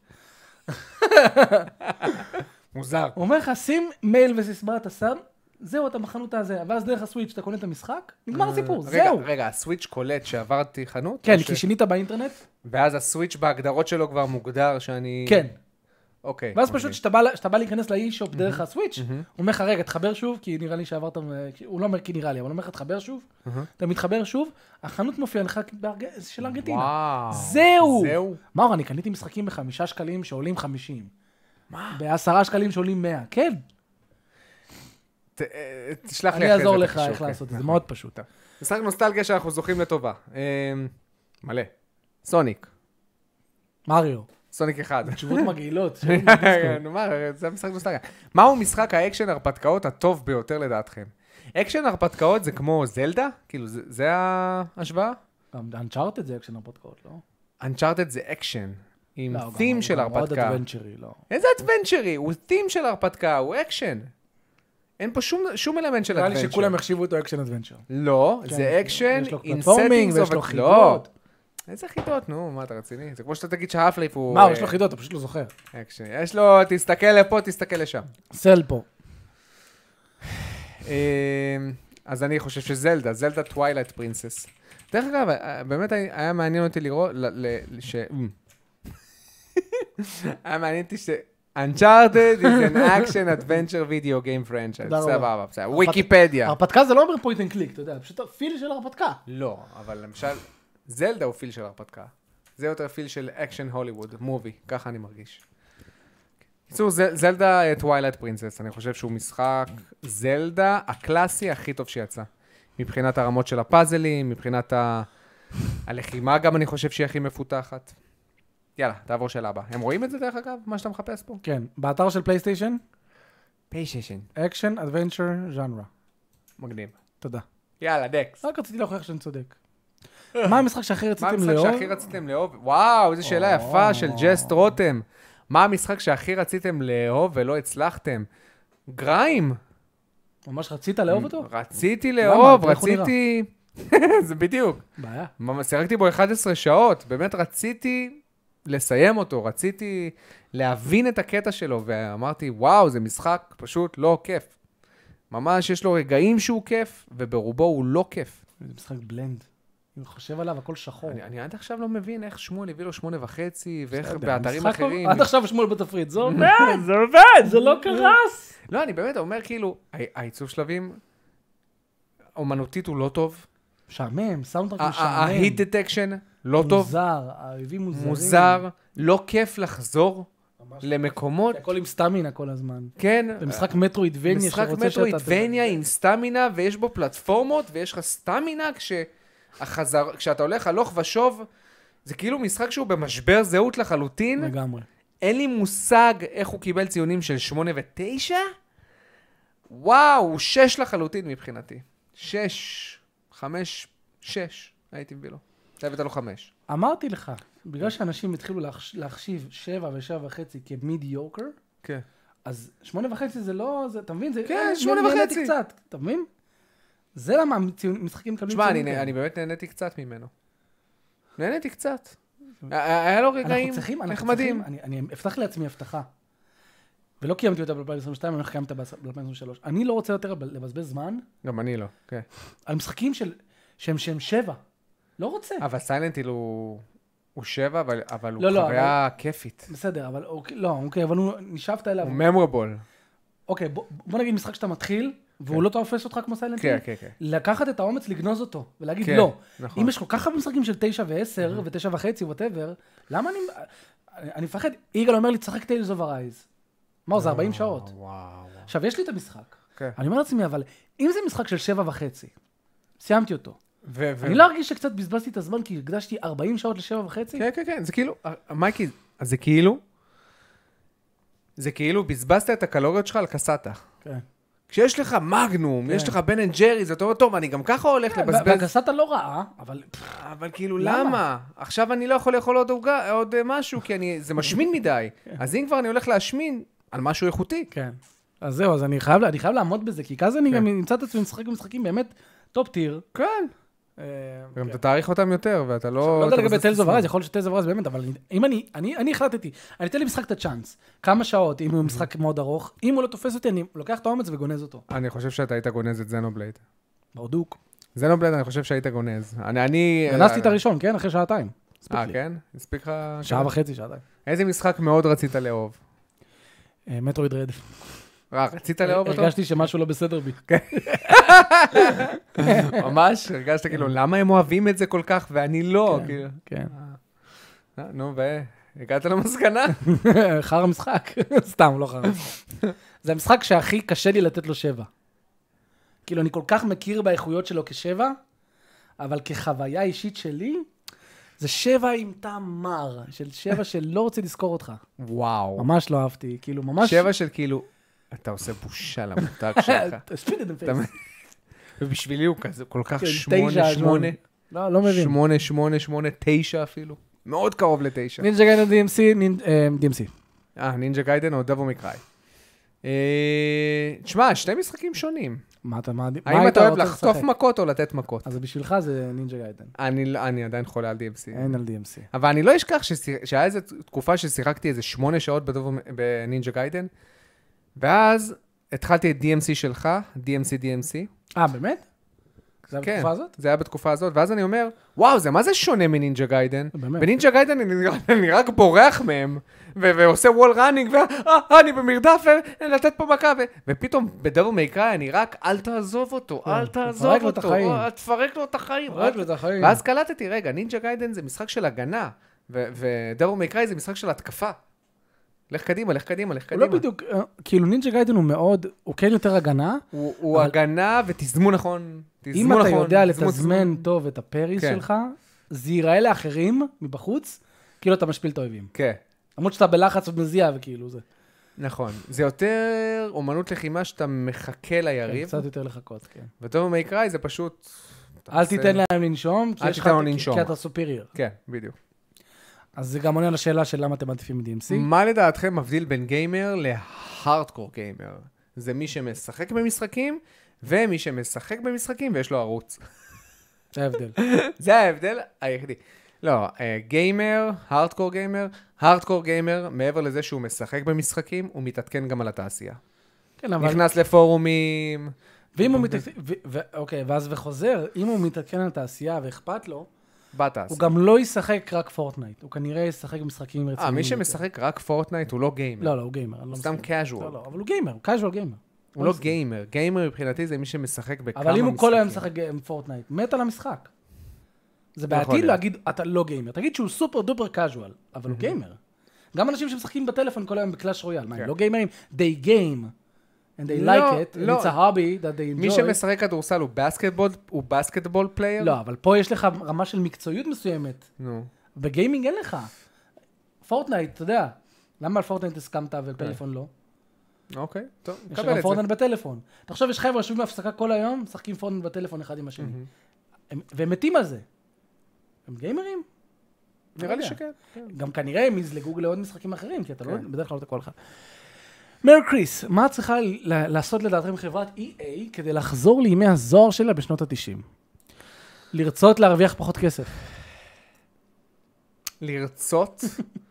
מוזר. הוא אומר לך, שים מייל וסיסמה, אתה שם, זהו, אתה בחנות הזה. ואז דרך הסוויץ' אתה קונה את המשחק, נגמר הסיפור, רגע, זהו. רגע, הסוויץ' קולט שעברתי חנות? כן, או ש- כי שינית באינטרנט, ואז הסוויץ' בהגדרות שלו כבר מוגדר שאני... כן. אוקיי. ואז אוקיי. פשוט כשאתה בא- כשאתה בא להיכנס לאי-שופ דרך הסוויץ', הוא אומר לך, רגע, תחבר שוב, כי נראה לי שעברת, הוא לא אומר כי נראה לי, אבל הוא אומר לך, תחבר שוב, אתה מתחבר שוב, החנות מופיעה לך בארג- של ארגנטינה. וואו. זהו. זהו. מאור, אני קניתי משחקים בחמישה שקלים שעולים חמישים. מה? בעשרה שקלים שעולים מאה. כן. ת- אה, תשלח לי אני אחרי זה. אעזור את לך הקישור, איך כן. לעשות את זה, נכון. מאוד פשוט. משחק נוסטלגיה שאנחנו זוכים לטובה. אה, מלא. סוניק. מריו. סוניק אחד. תשובות מגעילות. נו מה, זה המשחק נוסטלגיה. מהו משחק האקשן הרפתקאות הטוב ביותר לדעתכם? אקשן הרפתקאות זה כמו זלדה? כאילו, זה- זה ההשוואה? גם אנצ'ארטד זה אקשן הרפתקאות, לא? אנצ'ארטד זה אקשן. עם לא, גם- תים של גם מאוד הרפתקה. אדוונצ'רי, לא. איזה אדוונצ'רי? הוא תים של הרפתקה, הוא אקשן. אין פה שום, שום אלמנט של נראה לי אדוונצ'ר. שכולם החשיבו אותו אקשן אדוונצ'ר. לא, כן, זה אקשן יש לו in פלטפורמינג settings ויש of לו a- חידות. לא. איזה חידות? נו, מה אתה רציני? זה כמו שאתה תגיד שהאפלייף הוא... מה, אה, יש לו חידות, אתה פשוט לא זוכר. אקשן. יש לו, תסתכל לפה, תסתכל לשם. סל פה. אה, אז אני חושב שזלדה, זלדה טווילייט פרינסס. דרך אגב, אה, באמת היה היה מעניין אותי לראות, ל- ל- ש... היה מעניין אותי ש... Uncharted is an action adventure video game franchise. תודה רבה. סבבה, בסדר. ויקיפדיה. הרפתקה זה לא אומר פוינט אנד קליק, אתה יודע, פשוט פיל של הרפתקה. לא, אבל למשל, זלדה הוא פיל של הרפתקה. זה יותר פיל של אקשן הוליווד, מובי, ככה אני מרגיש. קיצור, זלדה טווילייט פרינסס, אני חושב שהוא משחק זלדה הקלאסי הכי טוב שיצא. מבחינת הרמות של הפאזלים, מבחינת ה... הלחימה גם אני חושב שהיא הכי מפותחת. יאללה, תעבור שאלה הבאה. הם רואים את זה דרך אגב, מה שאתה מחפש פה? כן, באתר של פלייסטיישן, פלייסטיישן. אקשן, אדוונצ'ר, ז'אנרה. מגניב. תודה. יאללה, דקס. רק רציתי להוכיח שאני צודק. מה המשחק שהכי מה רציתם המשחק לאהוב? שהכי רציתם לאהוב? וואו, איזו שאלה יפה של ג'סט רותם. מה המשחק שהכי רציתם לאהוב ולא הצלחתם? גריים. ממש רצית לאהוב אותו? רציתי לאהוב, איך הוא רציתי... זה בדיוק. בעיה. שיחקתי בו אחת עשרה שעות, באמת רציתי לסיים אותו, רציתי להבין את הקטע שלו, ואמרתי, וואו, זה משחק פשוט לא כיף. ממש יש לו רגעים שהוא כיף, וברובו הוא לא כיף. זה משחק בלנד. אני חושב עליו, הכל שחור. אני, אני עד עכשיו לא מבין איך שמואל הביא לו שמונה וחצי, ואיך בסדר, באתרים משחק אחרים... עד עכשיו שמואל בתפריט, זה עובד, זה עובד! זה לא קרס. לא, אני באמת אומר כאילו, העיצוב שלבים, אומנותית הוא לא טוב, משעמם, סאונדטרק משעמם. ההיט דטקשן לא טוב, מוזר, האויבים מוזרים. מוזר, לא כיף לחזור ממש. למקומות, הכל עם סטמינה כל הזמן. כן, זה משחק מטרואידבניה משחק שרוצה שאתה... מטרואידבניה עם סטמינה, ויש בו פלטפורמות, ויש לך סטמינה כשהחזר, כשאתה הולך הלוך ושוב, זה כאילו משחק שהוא במשבר זהות לחלוטין, לגמרי. אין לי מושג איך הוא קיבל ציונים של שמונה ותשע, וואו, הוא שש לחלוטין מבחינתי. שש, חמש, שש, הייתי מביא לו. אתה הבאת לו חמש. אמרתי לך, בגלל שאנשים התחילו להחש... להחשיב שבע ושבע וחצי כמידיוקר, כן. אז שמונה וחצי זה לא, זה, אתה מבין? זה, כן, אה, שמונה נהניתי וחצי. קצת, אתה מבין? זה למה הציון- משחקים מקבלים תשמע, אני, כאלה. אני באמת נהניתי קצת ממנו. נהניתי קצת. היה לו רגעים אנחנו צריכים, אנחנו נחמדים. צריכים, אני, אני הבטח לעצמי הבטחה, ולא קיימתי אותה ב-אלפיים עשרים ושתיים, אני הולך לקיים אותה ב-אלפיים עשרים ושלוש. אני לא רוצה יותר לבזבז זמן גם אני לא, כן. על משחקים של, שהם שהם שבע. לא רוצה. אבל סיילנט היל הוא... הוא שבע, אבל, אבל הוא לא, לא, חוויה כיפית. בסדר, אבל אוקיי, לא, אוקיי, אבל הוא נשאבת אליו. הוא ממורבול. אוקיי, בוא, בוא נגיד משחק שאתה מתחיל, והוא לא תופס אותך כמו סיילנט היל. כן, כן, כן. לקחת את האומץ לגנוז אותו, ולהגיד כן, לא. נכון. אם יש כל כך הרבה משחקים של תשע ועשר, ותשע וחצי, whatever, למה אני... אני אני מפחד, יגאל אומר לי, תשחק טיילס אוף ארייז. מה, זה ארבעים שעות. וואו, וואו. עכשיו, יש לי את המשחק. כן. אני אומר לעצמי, אבל אם זה משחק של שבע וחצי, סיימתי אותו. ו- ו- אני לא ארגיש שקצת בזבזתי את הזמן, כי הקדשתי ארבעים שעות לשבע וחצי. כן, כן, כן, זה כאילו, מייקי, אז זה כאילו, זה כאילו, בזבזת את הקלוריות שלך על קסטה. כן. כשיש לך מגנום, יש לך בן אנד ג'רי, זה טוב, טוב, אני גם ככה הולך לבזבז. והגסטה לא רעה, אבל... אבל כאילו, למה? למה? עכשיו אני לא יכול לאכול עוד עוגה- עוד אה, משהו, כי אני- זה משמין מדי. אז אם כבר אני הולך להשמין על משהו איכותי. כן. אז זהו, אז אני חייב אני חייב לעמוד בזה, כי כזה אני גם אמצא את עצמי משחק במשחקים באמת טופ טיר. כן. אה, גם כן. אתה תעריך אותם יותר, ואתה לא... לא יודע אתה לגבי מבזבז טיילס את אוף ארייז, הזמן. יכול להיות שטיילס אוף ארייז באמת, אבל אם אני, אני, אני, אני החלטתי, אני אתן לי משחק את הצ'אנס, כמה שעות, אם הוא משחק מאוד ארוך, אם הוא לא תופס אותי, אני לוקח את האומץ וגונז אותו. אני חושב שאתה היית גונז את זנובלייד. ברדוק. זנובלייד, אני חושב שהיית גונז. אני... אני- גנזתי את הראשון, כן? אחרי שעתיים. הספיק אה, לי. כן? הספיק לך... שעה וחצי, שעתיים. איזה משחק מאוד רצית לאהוב? אה, מטרויד רד. אה, רצית לאהוב אותו? הרגשתי שמשהו לא בסדר בי. ממש? הרגשת כאילו, למה הם אוהבים את זה כל כך ואני לא? כן. כאילו. כן. אה, נו, והגעת למסקנה? חר המשחק. סתם, לא חר. זה המשחק שהכי קשה לי לתת לו שבע. כאילו, אני כל כך מכיר באיכויות שלו כשבע, אבל כחוויה אישית שלי, זה שבע עם טעם מר, של שבע שלא רוצה לזכור אותך. וואו. ממש לא אהבתי, כאילו, ממש... שבע של כאילו, אתה עושה בושה למותג שלך. ספיד את אתה- הפייס. ובשבילי הוא כזה כל כך כן, שמונה, תשע, שמונה, לא, לא מבין. שמונה, שמונה, שמונה, תשע אפילו. מאוד קרוב לתשע. נינג'ה גיידן די אם סי, די אם סי. אה, נינג'ה גיידן או דבו מקראי. תשמע, שני משחקים שונים. מה אתה, מה... מה האם היית אתה אוהב רוצה לחטוף לשחק? מכות או לתת מכות? אז בשבילך זה נינג'ה גיידן. אני אני עדיין חולה על די אם סי. אין על די אם סי. אבל אני לא אשכח ששי- שהיה איזו תקופה ששיחקתי איזה שמונה שעות בדובו- בנינג'ה גיידן, ואז התחלתי את די אם סי שלך, די אם סי, די אם סי. אה, באמת? זה היה כן. בתקופה הזאת? זה היה בתקופה הזאת, ואז אני אומר, וואו, זה מה זה שונה מנינג'ה גיידן? באמת. בנינג'ה גיידן אני, אני רק בורח מהם, ו- ועושה וול ראנינג, ואני במרדף, ולתת פה מכה, ו- ופתאום בדבו מייקראי אני רק, אל תעזוב אותו, כן, אל תעזוב תפרק לו את אותו, החיים. אה, תפרק לו את החיים. רק אל- את החיים. ואז קלטתי, רגע, נינג'ה גיידן זה משחק של הגנה, ו- ודבו מייקראי זה משחק של התקפה. לך קדימה, לך קדימה, לך הוא קדימה. לא בדיוק, אה, כאילו נינג'ה גיידן הוא מאוד, הוא כן יותר הגנה. הוא, הוא אבל... הגנה ותזמון נכון. תזמון אם אתה נכון, יודע תזמון, לתזמן תזמון. טוב את הפריס כן. שלך, זה ייראה לאחרים מבחוץ, כאילו אתה משפיל את האויבים. כן. למרות שאתה בלחץ ומזיע וכאילו זה. נכון. זה יותר אומנות לחימה שאתה מחכה ליריב. קצת יותר לחכות, כן. וטוב במקראי זה פשוט... אל תיתן להם לנשום, כי אל יש לך- תיתן לו לנשום. כי אתה סופרייר. כן, בדיוק. אז זה גם עונה לשאלה של למה אתם מעדיפים מ-די אם סי. מה לדעתכם מבדיל בין גיימר להארדקור גיימר? זה מי שמשחק במשחקים, ומי שמשחק במשחקים ויש לו ערוץ. זה ההבדל. זה ההבדל היחידי. לא, גיימר, הארדקור גיימר, הארדקור גיימר, מעבר לזה שהוא משחק במשחקים, הוא מתעדכן גם על התעשייה. כן, אבל... נכנס לפורומים. ואם הוא מתעדכן... אוקיי, ואז וחוזר, אם הוא מתעדכן על התעשייה ואכפת לו, בתעשייה. הוא גם לא ישחק רק פורטנייט. הוא כנראה ישחק במשחקים רציניים. אה, מי יותר. שמשחק רק פורטנייט הוא לא גיימר. לא, לא, הוא גיימר. אני לא סתם מסכים. casual. לא, לא, אבל הוא גיימר, הוא casual גיימר. הוא לא גיימר. גיימר מבחינתי זה מי שמשחק בכמה משחקים. אבל אם הוא כל היום משחק עם פורטנייט, מת על המשחק. זה בעתיד להיות. להגיד, אתה לא גיימר. תגיד שהוא סופר דופר casual, אבל הוא גיימר. גם אנשים שמשחקים בטלפון כל היום בקלאש רויאל, מה, הם לא גיימרים? They game, and they לא, like it, and לא. it's a hobby that they enjoy. מי שמשחק כדורסל הוא בסקטבול, הוא בסקטבול פלייר? לא, אבל פה יש לך רמה של מקצועיות מסוימת. נו. בגיימינג אין לך. פורטנייט, אתה יודע. למה על פורטנייט הסכמת ופלאפון לא? אוקיי, טוב, יש נקבל לך את זה. פורטנייט בטלפון. תחשוב, יש חבר'ה יושבים בהפסקה כל היום, משחקים פורטנייט בטלפון אחד עם השני. הם- והם מתים על זה. הם גיימרים? נראה לי לא יודע. שכן. כן. גם כנראה הם יזלגו לעוד משחקים אחרים, כי אתה לא, כן. בדרך כלל לא תקוע לך. מר קריס, מה צריכה ל- לעשות לדעתכם חברת אי איי כדי לחזור לימי הזוהר שלה בשנות ה-תשעים? לרצות להרוויח פחות כסף. לרצות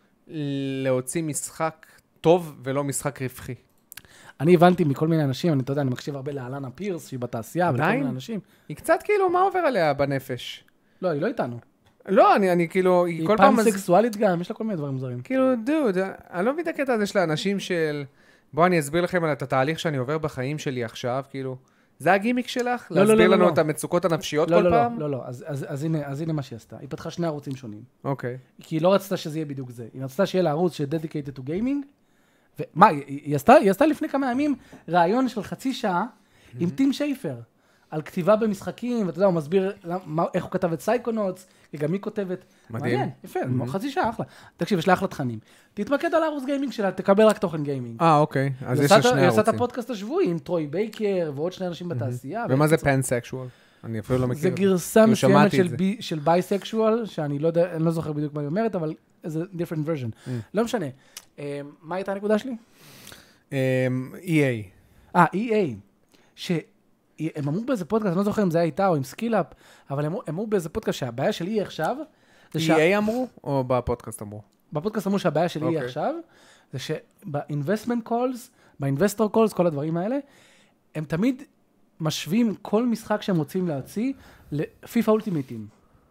להוציא משחק טוב ולא משחק רווחי. אני הבנתי מכל מיני אנשים, אני, אתה יודע, אני מקשיב הרבה לאלנה פירס, שהיא בתעשייה, ולכל עדיין? מיני אנשים. היא קצת כאילו, מה עובר עליה בנפש? לא, היא לא איתנו. לא, אני, אני כאילו, היא היא כל פעם... פעם מז- סקסואלית גם, יש לה כל מיני דברים מוזרים. כאילו, דוד, אני לא מבין את הקטע הזה של האנשים של... בואו אני אסביר לכם על את התהליך שאני עובר בחיים שלי עכשיו, כאילו... זה הגימיק שלך? לא, לא, להסביר לא, לנו לא. את המצוקות הנפשיות לא, כל לא, פעם? לא, לא, לא, אז, אז, אז, הנה, אז הנה מה שהיא עשתה. היא פתחה שני ערוצים שונים. אוקיי. כי היא לא רצתה שזה יהיה בדיוק זה. היא רצתה שיהיה לה ערוץ ש-dedicated to gaming. ומה, היא, היא, עשתה, היא עשתה לפני כמה ימים רעיון של חצי שעה עם טים שייפר. על כתיבה במשחקים, ואתה יודע, הוא מסביר למה, איך הוא כתב את סייקונוטס, וגם היא כותבת. מדהים. מעניין, יפה, חצי שעה, אחלה. תקשיב, יש לה אחלה תכנים. תתמקד על הערוץ גיימינג שלה, תקבל רק תוכן גיימינג. אה, אוקיי. אז היא יש עושה לה את- שני היא עושה את ערוצים. הפודקאסט השבועי עם טרוי בייקר ועוד שני אנשים בתעשייה. ומה זה פנסקשואל? אני אפילו לא מכיר. זה את גרסה כאילו, מסוימת שמעתי את של זה. בי- של בייסקשואל, שאני לא יודע, אני לא זוכר בדיוק מה היא אומרת, אבל זה different version. לא משנה. אה, מה הייתה הנקודה שלי? אמ, אי איי. אה, אי איי. שהם אמרו באיזה פודקאסט, אני לא זוכר אם זה היה איתה או עם סקילאפ, אבל הם אמרו- אמרו באיזה פודקאסט שהבעיה של אי איי עכשיו, זה אי שה- איי אמרו? או בפודקאסט אמרו? בפודקאסט אמרו שהבעיה של אי איי אוקיי. עכשיו, זה שב-investment calls, ב-investor calls, כל הדברים האלה, הם תמיד משווים כל משחק שהם רוצים להוציא לפיפא אולטימיטים.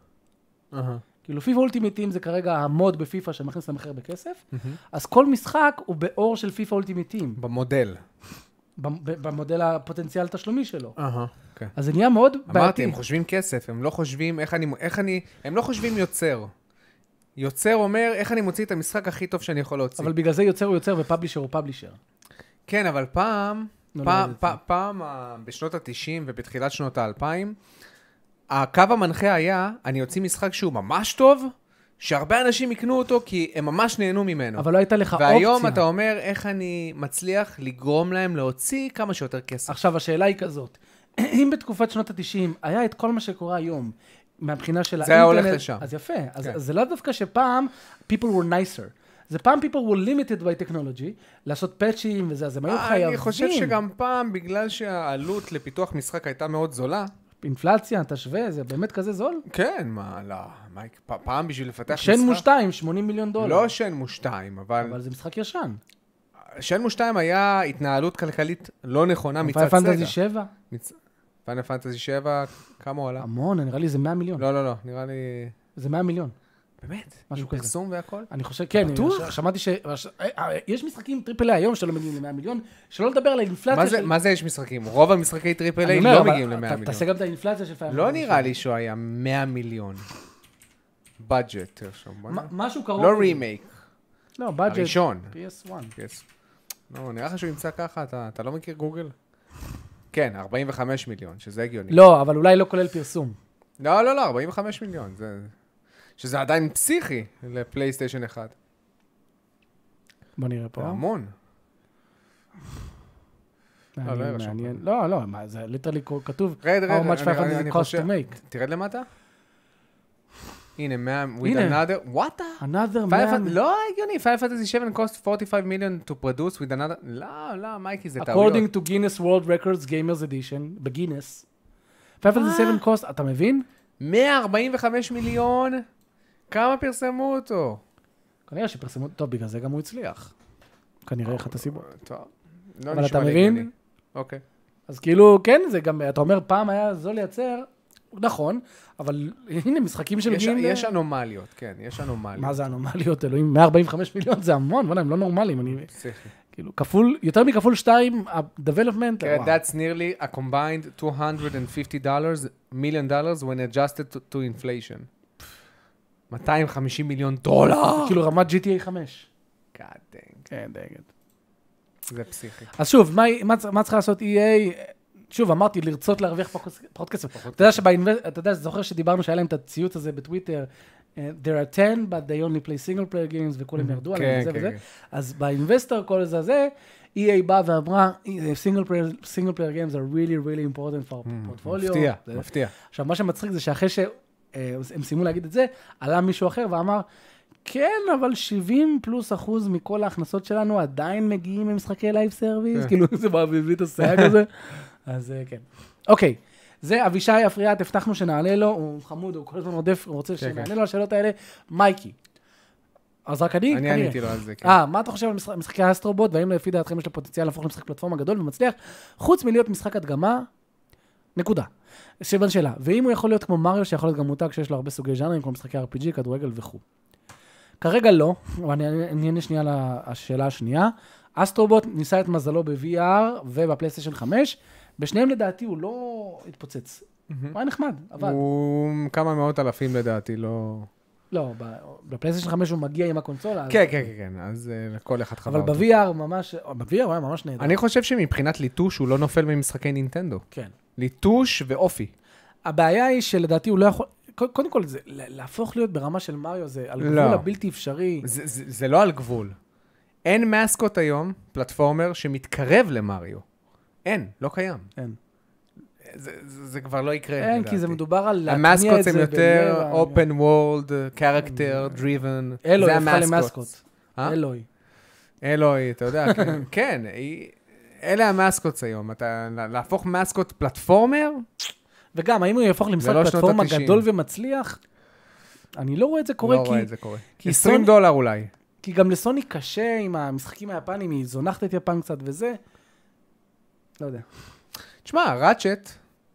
אהה. כאילו פיפא אולטימיטים זה כרגע המוד בפיפא שמכניס למחיר בכסף, אז כל משחק הוא באור של פיפא אולטימיטים, במודל. במודל הפוטנציאל תשלומי שלו. אהה. כן. אז זה נהיה מאוד אמרתי, בעייתי. הם חושבים כסף, הם לא חושבים איך אני, איך אני, הם לא חושבים יוצר. יוצר אומר, איך אני מוציא את המשחק הכי טוב שאני יכול להוציא. אבל בגלל זה יוצר הוא יוצר ופאבלישר הוא פאבלישר. כן, אבל פעם, לא, פעם, לא, פעם, פעם, אה, בשנות ה-תשעים ובתחילת שנות ה-אלפיים, הקו המנחה היה, אני אוציא משחק שהוא ממש טוב, שהרבה אנשים יקנו אותו כי הם ממש נהנו ממנו. אבל לא הייתה לך אופציה. והיום אתה אומר, איך אני מצליח לגרום להם להוציא כמה שיותר כסף. עכשיו, השאלה היא כזאת. אם בתקופת שנות ה-תשעים היה את כל מה שקורה היום, מהבחינה של זה היה האינטרנט... הולך לשם. אז יפה. אז, כן. אז זה לא דווקא שפעם people were nicer. זה פעם people were limited by technology, לעשות פאצ'ים וזה, אז הם היו חייבים. אני חושב שגם פעם, בגלל שהעלות לפיתוח משחק הייתה מאוד זולה, אינפלציה, תשווה, זה באמת כזה זול? כן, מה, לא, מייק, פ- פעם בשביל לפתח משחק... שנמו שתיים, שמונים מיליון דולר. לא שנמו שתיים, אבל... אבל זה משחק ישן. שנמו שתיים היה התנהלות כלכלית לא נכונה מצד פיינל סגה. פנטזי שבע? פיינל פנטזי שבע, כמה הוא עלה? המון, נראה לי זה מאה מיליון. לא, לא, לא, נראה לי... זה מאה מיליון. באמת? משהו עם כזה. פרסום והכל? אני חושב, כן, בטוח? ש- שמעתי ש... ש- אה, יש משחקים טריפל איי היום שלא מגיעים ל-מאה מיליון, שלא לדבר על האינפלציה מה זה- של... מה זה יש משחקים? רוב המשחקי טריפל אני איי אומר, לא אבל מגיעים ל-מאה ת- מיליון. תעשה גם את האינפלציה של פיינל לא פנטזי נראה שבע. לי שהוא היה מאה מיליון. בדג'ט, תרשום. בוא מ- נראה. משהו קרוב. לא לזה. רימייק. לא, בדג'ט. הראשון. פי אס וואן. Yes. לא, נראה לך שהוא ימצא ככה, אתה, אתה לא מכיר גוגל? כן, ארבעים וחמישה מיליון, שזה הגיוני. לא, אבל אולי לא כולל פרסום. לא, לא, לא, ארבעים וחמישה מיליון, זה... שזה עדיין פסיכי לפלייסטיישן אחד. בוא נראה פה. זה המון. לא, לא יראה שם. לא, לא, מה, זה ליטרלי כתוב, רד, רד, how much five hundred cost to make. תרד למטה. הנה, מאה, with הנה. another, what the? another Five- man, לא הגיוני, Final Fantasy שבע cost forty-five million to produce with another, לא, לא, מייקי, זה טעויות. according to Guinness World Records Gamers Edition, בגינס, five hundred seven cost, אתה מבין? מאה ארבעים וחמישה מיליון? כמה פרסמו אותו? כנראה שפרסמו, טוב, בגלל זה גם הוא הצליח. כנראה אחת הסיבות. טוב, לא אבל נשמע אתה לי מבין? הגיוני. אוקיי. אז כאילו, כן, זה גם, אתה אומר, פעם היה זול לייצר, נכון, אבל הנה, משחקים יש- שמגיעים... יש ל- אנומליות, כן, יש אנומליות. מה זה אנומליות, אלוהים? מאה ארבעים וחמישה מיליון זה המון, וואלה, הם לא נורמליים, אני... פסיכי. כאילו, כפול, יותר מכפול שתיים, ה-development, כן, וואו. that's nearly a combined two hundred fifty dollars, million dollars when adjusted to, to inflation. מאתיים וחמישים מיליון דולר! כאילו, רמת ג'י טי איי חמש. God dang. כן, דגל. זה פסיכי. אז שוב, מה, מה, מה צריכה לעשות אי איי? שוב, אמרתי, לרצות להרוויח פחות פחות כסף. אתה יודע שבאינבסט, אתה יודע, זוכר שדיברנו שהיה להם את הציוץ הזה בטוויטר, uh, there are ten, but they only play single player games, וכולם ירדו עליהם, כן, וזה כן, וזה. כן. אז באינבסטר כל זה זה, אי איי באה ואמרה, single player, single player games are really, really important for our portfolio. מפתיע, זה- מפתיע. עכשיו, מה שמצחיק זה שאחרי שהם סיימו להגיד את זה, עלה מישהו אחר ואמר, כן, אבל שבעים פלוס אחוז מכל ההכנסות שלנו עדיין מגיעים ממשחקי לייב סרוויס, כאילו זה בעברית הסייג הזה. אז אה, כן. אוקיי, זה אבישי אפריאט, הבטחנו שנעלה לו, הוא חמוד, הוא כל הזמן רודף, הוא רוצה שנעלה לו השאלות האלה. מייקי. אז רק אני? אני כנראה. עניתי לו על זה, כן. אה, מה אתה חושב על משחק- משחקי אסטרובוט, והאם לפי דעתכם יש לו פוטנציאל להפוך למשחק פלטפורמה גדול ומצליח, חוץ מלהיות משחק הדגמה, נקודה. סימן שאלה, ואם הוא יכול להיות כמו מריו, שיכול להיות גם מותג שיש לו הרבה סוגי ז'אנרים, כמו משחקי אר פי ג'י, כדורגל וכו'. כרגע לא, אבל אני אני אענה שנייה לשאלה השנייה. אסטרובוט ניסה את מזלו ב-וי אר ובפלייסטיישן חמש, בשניהם לדעתי הוא לא התפוצץ. הוא היה נחמד, אבל... הוא כמה מאות אלפים לדעתי, לא... לא, ב- בפלייסטיישן חמש הוא מגיע עם הקונסולה. אז- כן, כן, כן, כן, אז אה, לכל אחד חווה אבל אותו. ב-וי אר ממש, ב-וי אר הוא היה ממש נהדר. אני חושב שמבחינת ליטוש הוא לא נופל ממשחקי נינטנדו. כן. ליטוש ואופי. הבעיה היא שלדעתי הוא לא יכול... קודם קודם כל, זה, להפוך להיות ברמה של מריו זה על גבול לא. הבלתי אפשרי. זה, זה, זה לא על גבול. אין מסקוט היום, פלטפורמר, שמתקרב למריו. אין, לא קיים. אין. זה, זה, זה כבר לא יקרה, אין, לדעתי. כי זה מדובר על להטמיע את זה. המסקוטס הם יותר בלב ה- open world, character driven. אלוי, זה הפכה המסקוט. למסקוט. אה? אלוי. אלוי, אתה יודע, כן, כן, היא- אלה המסקוטס היום. אתה, להפוך מסקוט פלטפורמר, וגם, האם הוא יהפוך למשחק זה לא שנות פלטפורמה ה-תשעים. גדול ומצליח? אני לא רואה את זה קורה, לא כי, רואה את זה קורה. כי עשרים סוני- דולר אולי. כי גם לסוני קשה עם המשחקים היפנים, היא זונחת את יפן קצת וזה. לא יודע. תשמע, ראצ'ט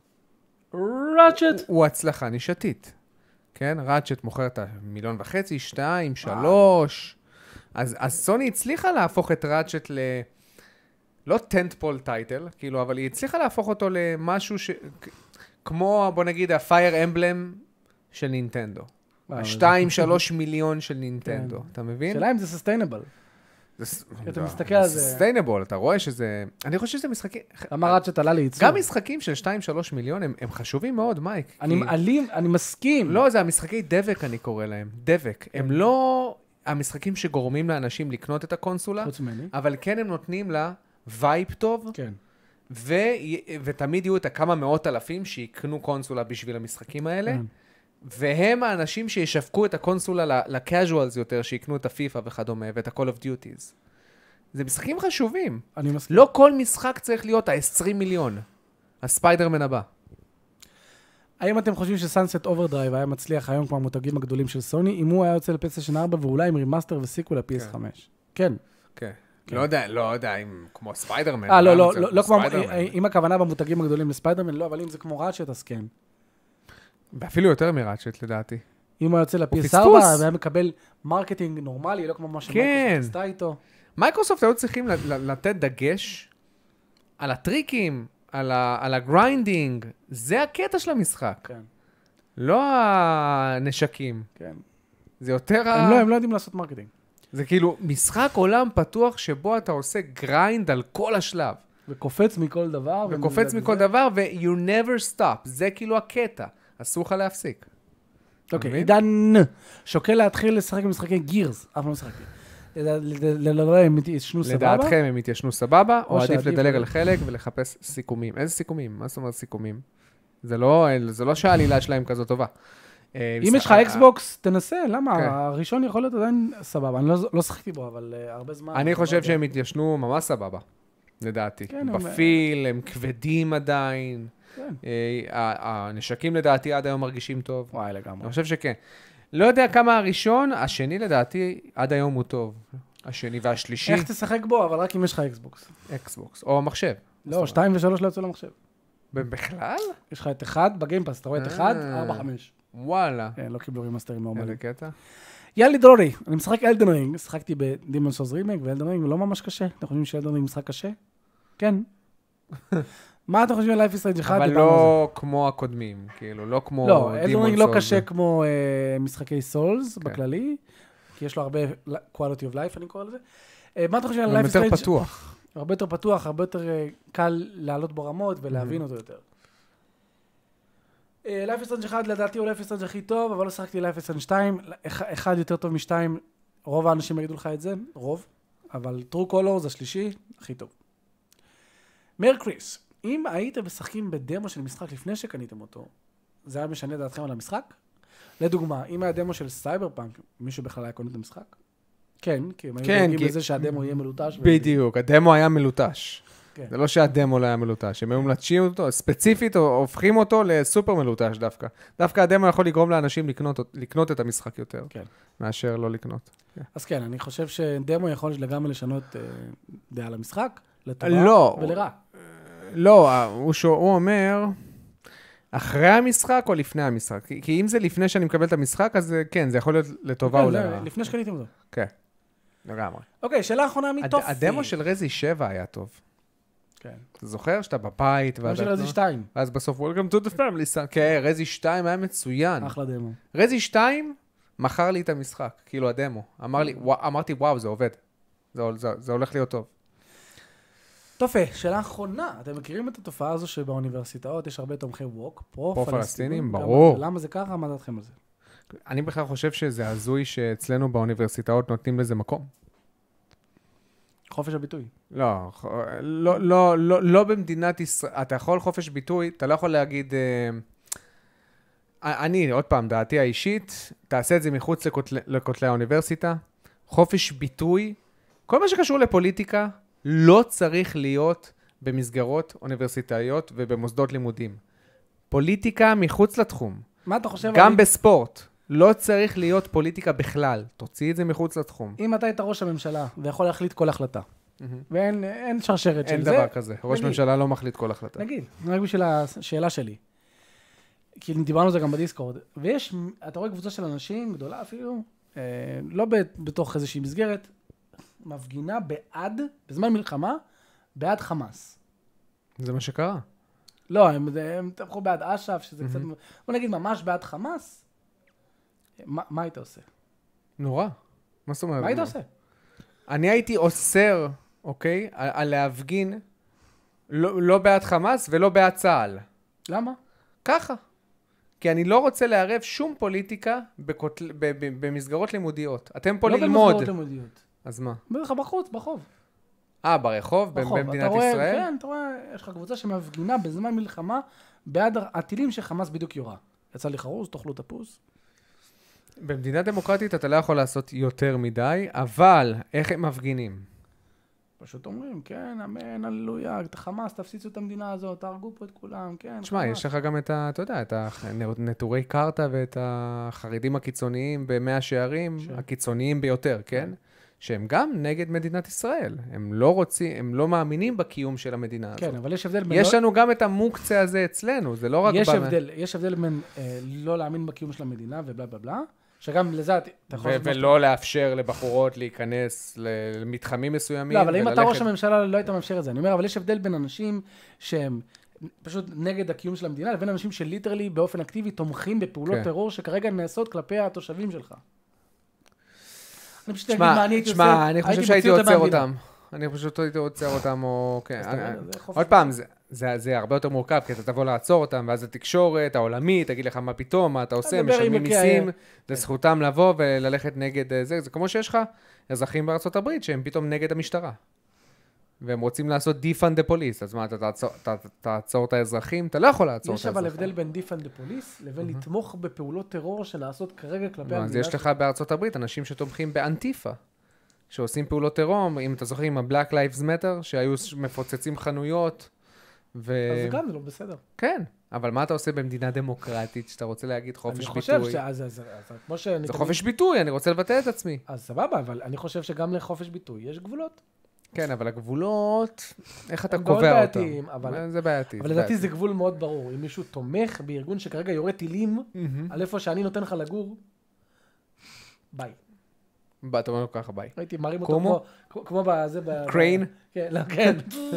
ראצ'ט. הוא הצלחה נישתית. כן? ראצ'ט מוכר את המיליון וחצי, שתיים, שלוש. אז, אז סוני הצליחה להפוך את ראצ'ט ל... לא טנטפול טייטל, כאילו, אבל היא הצליחה להפוך אותו למשהו ש... כמו, בוא נגיד, הפייר אמבלם של נינטנדו. השתיים, שלוש מיליון של נינטנדו. אתה מבין? שאלה אם זה סוסטיינבל. אתה מסתכל על זה. סוסטיינבול, אתה רואה שזה... אני חושב שזה משחקים... למה ראצ'ט עלה לייצור? גם משחקים של שתיים שלוש מיליון הם, הם חשובים מאוד, מייק. אני כי- מעלים, אני מסכים. לא, זה המשחקי דבק, אני קורא להם. דבק. הם לא המשחקים שגורמים לאנשים לקנות את הקונסולה, חוץ ממני. אבל כן הם נותנים לה וייב טוב, כן. ו... ותמיד יהיו את הכמה מאות אלפים שיקנו קונסולה בשביל המשחקים האלה, כן. והם האנשים שישווקו את הקונסולה לקאז'ואלס יותר, שיקנו את הפיפה וכדומה, ואת ה-Call of Duties. זה משחקים חשובים. אני מסכים. לא כל משחק צריך להיות ה-עשרים מיליון. הספיידרמן הבא. האם אתם חושבים שסאנסט אוברדרייב היה מצליח היום כמו המותגים הגדולים של סוני, אם הוא היה יוצא לפלייסטיישן ארבע ואולי עם רימאסטר וסיקוול ל-פי אס חמש? כן. כן. לא יודע, לא יודע אם כמו ספיידרמן. אה, לא, לא, למה זה לא, לא כמו, ספיידרמן? אם הכוונה במותגים הגדולים לספיידרמן, לא, אבל אם זה כמו ראצ'ט, אז כן. ואפילו יותר מראצ'ט, לדעתי. אם הוא יוצא ל-פי אס הוא ארבע, פספוס. והיה מקבל מרקטינג נורמלי, לא כמו מה כן. שמייקרוסופט עשתה איתו. מייקרוסופט היו צריכים ל- ל- לתת דגש על הטריקים, על ה- על הגריינדינג. זה הקטע של המשחק. כן, לא הנשקים. כן. זה יותר ה... הם לא, הם לא יודעים לעשות מרקטינג. זה כאילו משחק עולם פתוח שבו אתה עושה גריינד על כל השלב. וקופץ מכל דבר. וקופץ מכל דבר, ו-you never stop. זה כאילו הקטע. אסור לך להפסיק. אוקיי, עידן, שוקל להתחיל לשחק במשחקי גירס, אף לא משחקתי. לדעתכם הם יתיישנו סבבה? לדעתכם הם יתיישנו סבבה, או עדיף לדלג על חלק ולחפש סיכומים. איזה סיכומים? מה זאת אומרת סיכומים? זה לא, זה לא שהעלילה שלהם כזו טובה. אם יש לך אקסבוקס, תנסה, למה? הראשון יכול להיות עדיין סבבה. אני לא שחקתי בו, אבל הרבה זמן... אני חושב שהם יתיישנו ממש סבבה, לדעתי. בפיל, הם כבדים עדיין. הנשקים לדעתי עד היום מרגישים טוב. וואי, לגמרי. אני חושב שכן. לא יודע כמה הראשון, השני לדעתי עד היום הוא טוב. השני והשלישי. איך תשחק בו, אבל רק אם יש לך אקסבוקס. אקסבוקס, או מחשב. לא, שתיים ושלוש לא יוצאו למחשב. בכלל? יש לך את אחד בגיימפאס, אתה רואה את אחד, ארבע, חמש. וואלה. כן, לא קיבלו רימאסטרים נורמליים. איזה קטע? יאללה דרורי, אני משחק אלדן רינג, שחקתי בדימון סולס רימייק, ואלדן רינג לא ממש קשה. אתם חושבים שאלדן רינג משחק קשה? כן. מה אתם חושבים על לייף ישראל אחד? אבל לא כמו הקודמים, כאילו, לא כמו דימון סולס. לא, אלדן רינג לא קשה כמו משחקי סולס בכללי, כי יש לו הרבה quality of life, אני קורא לזה. מה אתם חושבים על לייף ישראל? יותר פתוח. הרבה יותר פתוח, הרבה יותר קל לעלות בו רמות ולהבין אותו יותר. לייף ישראל אחד לדעתי הוא לייף ישראל הכי טוב, אבל לא שחקתי לייף ישראל שתיים, אחד יותר טוב משתיים, רוב האנשים יגידו לך את זה, רוב, אבל True Colors השלישי, הכי טוב. מר קריס, אם הייתם משחקים בדמו של משחק לפני שקניתם אותו, זה היה משנה דעתכם על המשחק? לדוגמה, אם היה דמו של סייבר פאנק, מישהו בכלל היה קונה את המשחק? כן, כי הם היו דוגים בזה שהדמו יהיה מלוטש. בדיוק, הדמו היה מלוטש. זה לא שהדמו לא היה מלוטש, הם היו מלטשים אותו, ספציפית, או הופכים אותו לסופר מלוטש דווקא. דווקא הדמו יכול לגרום לאנשים לקנות את המשחק יותר, מאשר לא לקנות. אז כן, אני חושב שדמו יכול לגמרי לשנות דעה למשחק, לטובה ולרע. לא, הוא אומר, אחרי המשחק או לפני המשחק? כי אם זה לפני שאני מקבל את המשחק, אז כן, זה יכול להיות לטובה או לרע. לפני שקניתם אותו. כן, לגמרי. אוקיי, שאלה אחרונה מטופי. הדמו של רזי שבע היה טוב. כן. אתה זוכר שאתה בבית? דמו של רזי שתיים. ואז בסוף, Welcome to the family. כן, רזי שתיים היה מצוין. אחלה דמו. רזי שתיים מכר לי את המשחק, כאילו הדמו. אמרתי, וואו, זה עובד. זה הולך להיות טוב. טופה, שאלה אחרונה. אתם מכירים את התופעה הזו שבאוניברסיטאות יש הרבה תומכי ווק, פרו-פלסטינים? ברור. למה זה ככה? מה דעתכם על זה? אני בכלל חושב שזה הזוי שאצלנו באוניברסיטאות נותנים לזה מקום. חופש הביטוי. לא, לא, לא, לא, לא במדינת ישראל. אתה יכול חופש ביטוי, אתה לא יכול להגיד, אני, עוד פעם, דעתי האישית, תעשה את זה מחוץ לכותלי האוניברסיטה. חופש ביטוי, כל מה שקשור לפוליטיקה, לא צריך להיות במסגרות אוניברסיטאיות ובמוסדות לימודים. פוליטיקה מחוץ לתחום. מה אתה חושב? גם בספורט. לא צריך להיות פוליטיקה בכלל. תוציא את זה מחוץ לתחום. אם אתה היית ראש הממשלה ויכול להחליט כל החלטה, ואין שרשרת של זה. אין דבר כזה. ראש ממשלה לא מחליט כל החלטה. נגיד, רק בשביל השאלה שלי. כי דיברנו על זה גם בדיסקורד. ויש, אתה רואה קבוצה של אנשים, גדולה אפילו, לא בתוך איזושהי מסגרת, מפגינה בעד, בזמן מלחמה, בעד חמאס. זה מה שקרה. לא, הם, הם תמכו בעד אש"ף, שזה קצת... בוא נגיד, ממש בעד חמאס, מה, מה היית עושה? נורא. מה זאת אומרת? מה היית עושה? אני הייתי אוסר, אוקיי, על, על להפגין, לא, לא בעד חמאס ולא בעד צה"ל. למה? ככה. כי אני לא רוצה לערב שום פוליטיקה בקוטל, ב, ב, במסגרות לימודיות. אתם פה לא ללמוד. לא במסגרות לימודיות. אז מה? בטח בחוץ, ברחוב. אה, ברחוב? ברחוב. במדינת רואה, ישראל? כן, אתה רואה, יש לך קבוצה שמפגינה בזמן מלחמה בעד הטילים שחמאס בדיוק יורה. יצא לי חרוז, תאכלו תפוס. במדינה דמוקרטית אתה לא יכול לעשות יותר מדי, אבל איך הם מפגינים? פשוט אומרים, כן, אמן, הללויה, את החמאס, תפסיצו את המדינה הזאת, תהרגו פה את כולם, כן. תשמע, יש לך גם את ה, אתה יודע, את הנטורי קרתא ואת החרדים הקיצוניים במאה שערים, הקיצוניים ביותר, כן? שהם גם נגד מדינת ישראל. הם לא רוצים, הם לא מאמינים בקיום של המדינה הזאת. כן, אבל יש הבדל בין... יש לנו גם את המוקצה הזה אצלנו, זה לא רק... יש הבדל, יש הבדל בין לא להאמין בקיום של המדינה ובלה בלה בלה, שגם לזה אתה יכול... ולא לאפשר לבחורות להיכנס למתחמים מסוימים. לא, אבל אם אתה ראש הממשלה לא היית מאפשר את זה. אני אומר, אבל יש הבדל בין אנשים שהם פשוט נגד הקיום של המדינה, לבין אנשים שליטרלי באופן אקטיבי תומכים בפעולות טרור שכרגע נעשות כלפי התושבים שלך. אני פשוט אגיד מה אני הייתי עושה. שמע, אני חושב שהייתי מוציא עוצר מהמדינה. אותם. אני פשוט הייתי עוצר אותם, או... כן, אז אני- אתה יודע, זה חופש עוד פעם, זה- זה זה הרבה יותר מורכב, כי אתה תבוא לעצור אותם, ואז התקשורת העולמית תגיד לך מה פתאום, מה אתה עושה, מדבר עם משלמים הקהל. מיסים, זה זכותם לבוא וללכת נגד אה, זה. זה כמו שיש לך אזרחים בארצות הברית שהם פתאום נגד המשטרה. והם רוצים לעשות defund the police, אז מה, אתה תעצור- אתה תעצור את האזרחים? אתה לא יכול לעצור את יש אבל האזרחים. הבדל בין דיפן לפוליס לבין לתמוך בפעולות טרור שנעשות כרגע כלפי נו, אז המדינה. יש לך בארצות הברית אנשים שתומכים באנטיפה, שעושים פעולות טרור, אם אתה זוכר עם ה-Black Lives Matter, שהיו מפוצצים חנויות, ו... אז זה גם, זה לא בסדר. כן, אבל מה אתה עושה במדינה דמוקרטית, שאתה רוצה להגיד חופש אני ביטוי? חושב שאז, אז- אז כמו שאני... זה תמיד- חופש ביטוי, אני רוצה לבטא את עצמי. אז סבבה, אבל אני חושב שגם לחופש ביטוי יש גבולות. כן, אבל הגבולות, איך אתה הם מאוד קובע אותם? בעייתיים, אבל- זה בעייתי. אבל לדעתי זה גבול מאוד ברור. אם מישהו תומך בארגון שכרגע יורה טילים על איפה שאני נותן לך לגור, ביי. בא, אתה אומר לו ככה, ביי. הייתי מרים אותו קומו? כמו- כמו בזה... ב- קריין? כן, לא, כן.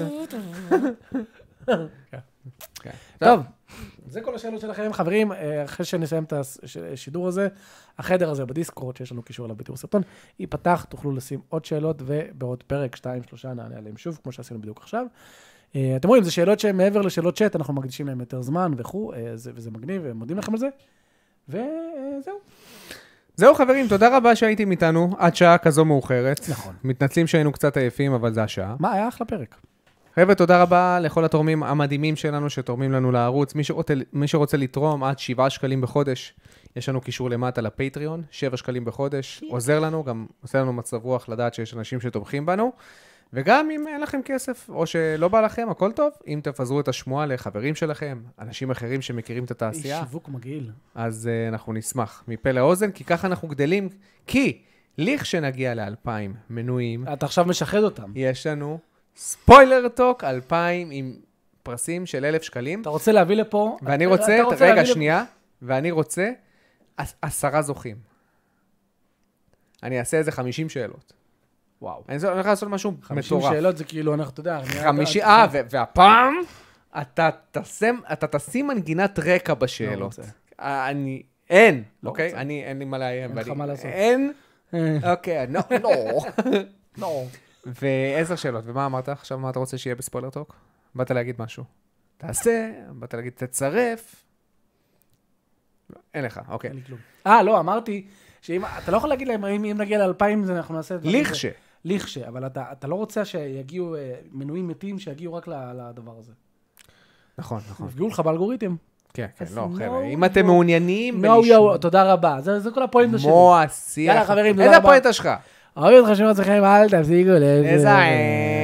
כן. טוב, זה כל השאלות שלכם, חברים. אה, אחרי שנסיים את השידור הזה, החדר הזה בדיסקורד, שיש לנו קישור אליו בתיאור סרטון, ייפתח, תוכלו לשים עוד שאלות, ובעוד פרק, שתיים, שלושה, נענה עליהם שוב, כמו שעשינו בדיוק עכשיו. אה, אתם רואים, זה שאלות שהן מעבר לשאלות צ'אט, אנחנו מקדישים להם יותר זמן וכו', אה, זה- וזה מגניב, ומודים לכם על זה. וזהו. זהו חברים, תודה רבה שהייתם איתנו עד שעה כזו מאוחרת. נכון. מתנצלים שהיינו קצת עייפים, אבל זה השעה. מה, היה אחלה פרק. חבר'ה, תודה רבה לכל התורמים המדהימים שלנו שתורמים לנו לערוץ. מי שרוצה, מי שרוצה לתרום עד שבעה שקלים בחודש, יש לנו קישור למטה לפטריון, שבעה שקלים בחודש, עוזר לנו, גם עושה לנו מצב רוח לדעת שיש אנשים שתומכים בנו. וגם אם אין לכם כסף, או שלא בא לכם, הכל טוב. אם תפזרו את השמועה לחברים שלכם, אנשים אחרים שמכירים את התעשייה, שיווק מגעיל. אז uh, אנחנו נשמח מפה לאוזן, כי ככה אנחנו גדלים. כי לכשנגיע לאלפיים מנויים, אתה עכשיו משחד אותם. יש לנו ספוילר טוק אלפיים עם פרסים של אלף שקלים. אתה רוצה להביא לפה... ואני אתה- רוצה, אתה רוצה רגע, להביא לפה- שנייה, ואני רוצה עש- עשרה זוכים. אני אעשה איזה חמישים שאלות. וואו. אני אני הולך לעשות משהו חמישים מטורף. שאלות זה כאילו, אנחנו, אתה יודע... חמישי, אה, ו- והפעם אתה תשים, אתה תשים מנגינת רקע לא בשאלות. רוצה. אני, אין, לא אוקיי? רוצה. אני, אין לי מה לאיים. אין לך ואני- מה לעשות. אין, אה, אוקיי, לא, לא. לא. ועשר שאלות, ומה אמרת? עכשיו מה אתה רוצה שיהיה בספוילר טוק? באת להגיד משהו. תעשה, באת להגיד תצרף. לא, אין לך, אוקיי. אין לי כלום. אה, לא, אמרתי שאם... אתה לא יכול להגיד להם, אם אם נגיע לאלפיים, אנחנו נעשה את זה. לכש. לכש, אבל אתה אתה לא רוצה שיגיעו אה, מנויים מתים, שיגיעו רק ל- לדבר הזה. נכון, נכון. יפגעו לך באלגוריתם. כן, כן, אז לא, no, חבר'ה. אם no. אתם מעוניינים נו יו, תודה רבה. זה זה כל הפואנטה שלי. כמו השיח. יאללה, חברים, תודה איזה רבה. הפואנטה שלך? אוהבים אתכם, שמות אצלכם, אל תפסיקו לזה. איזה...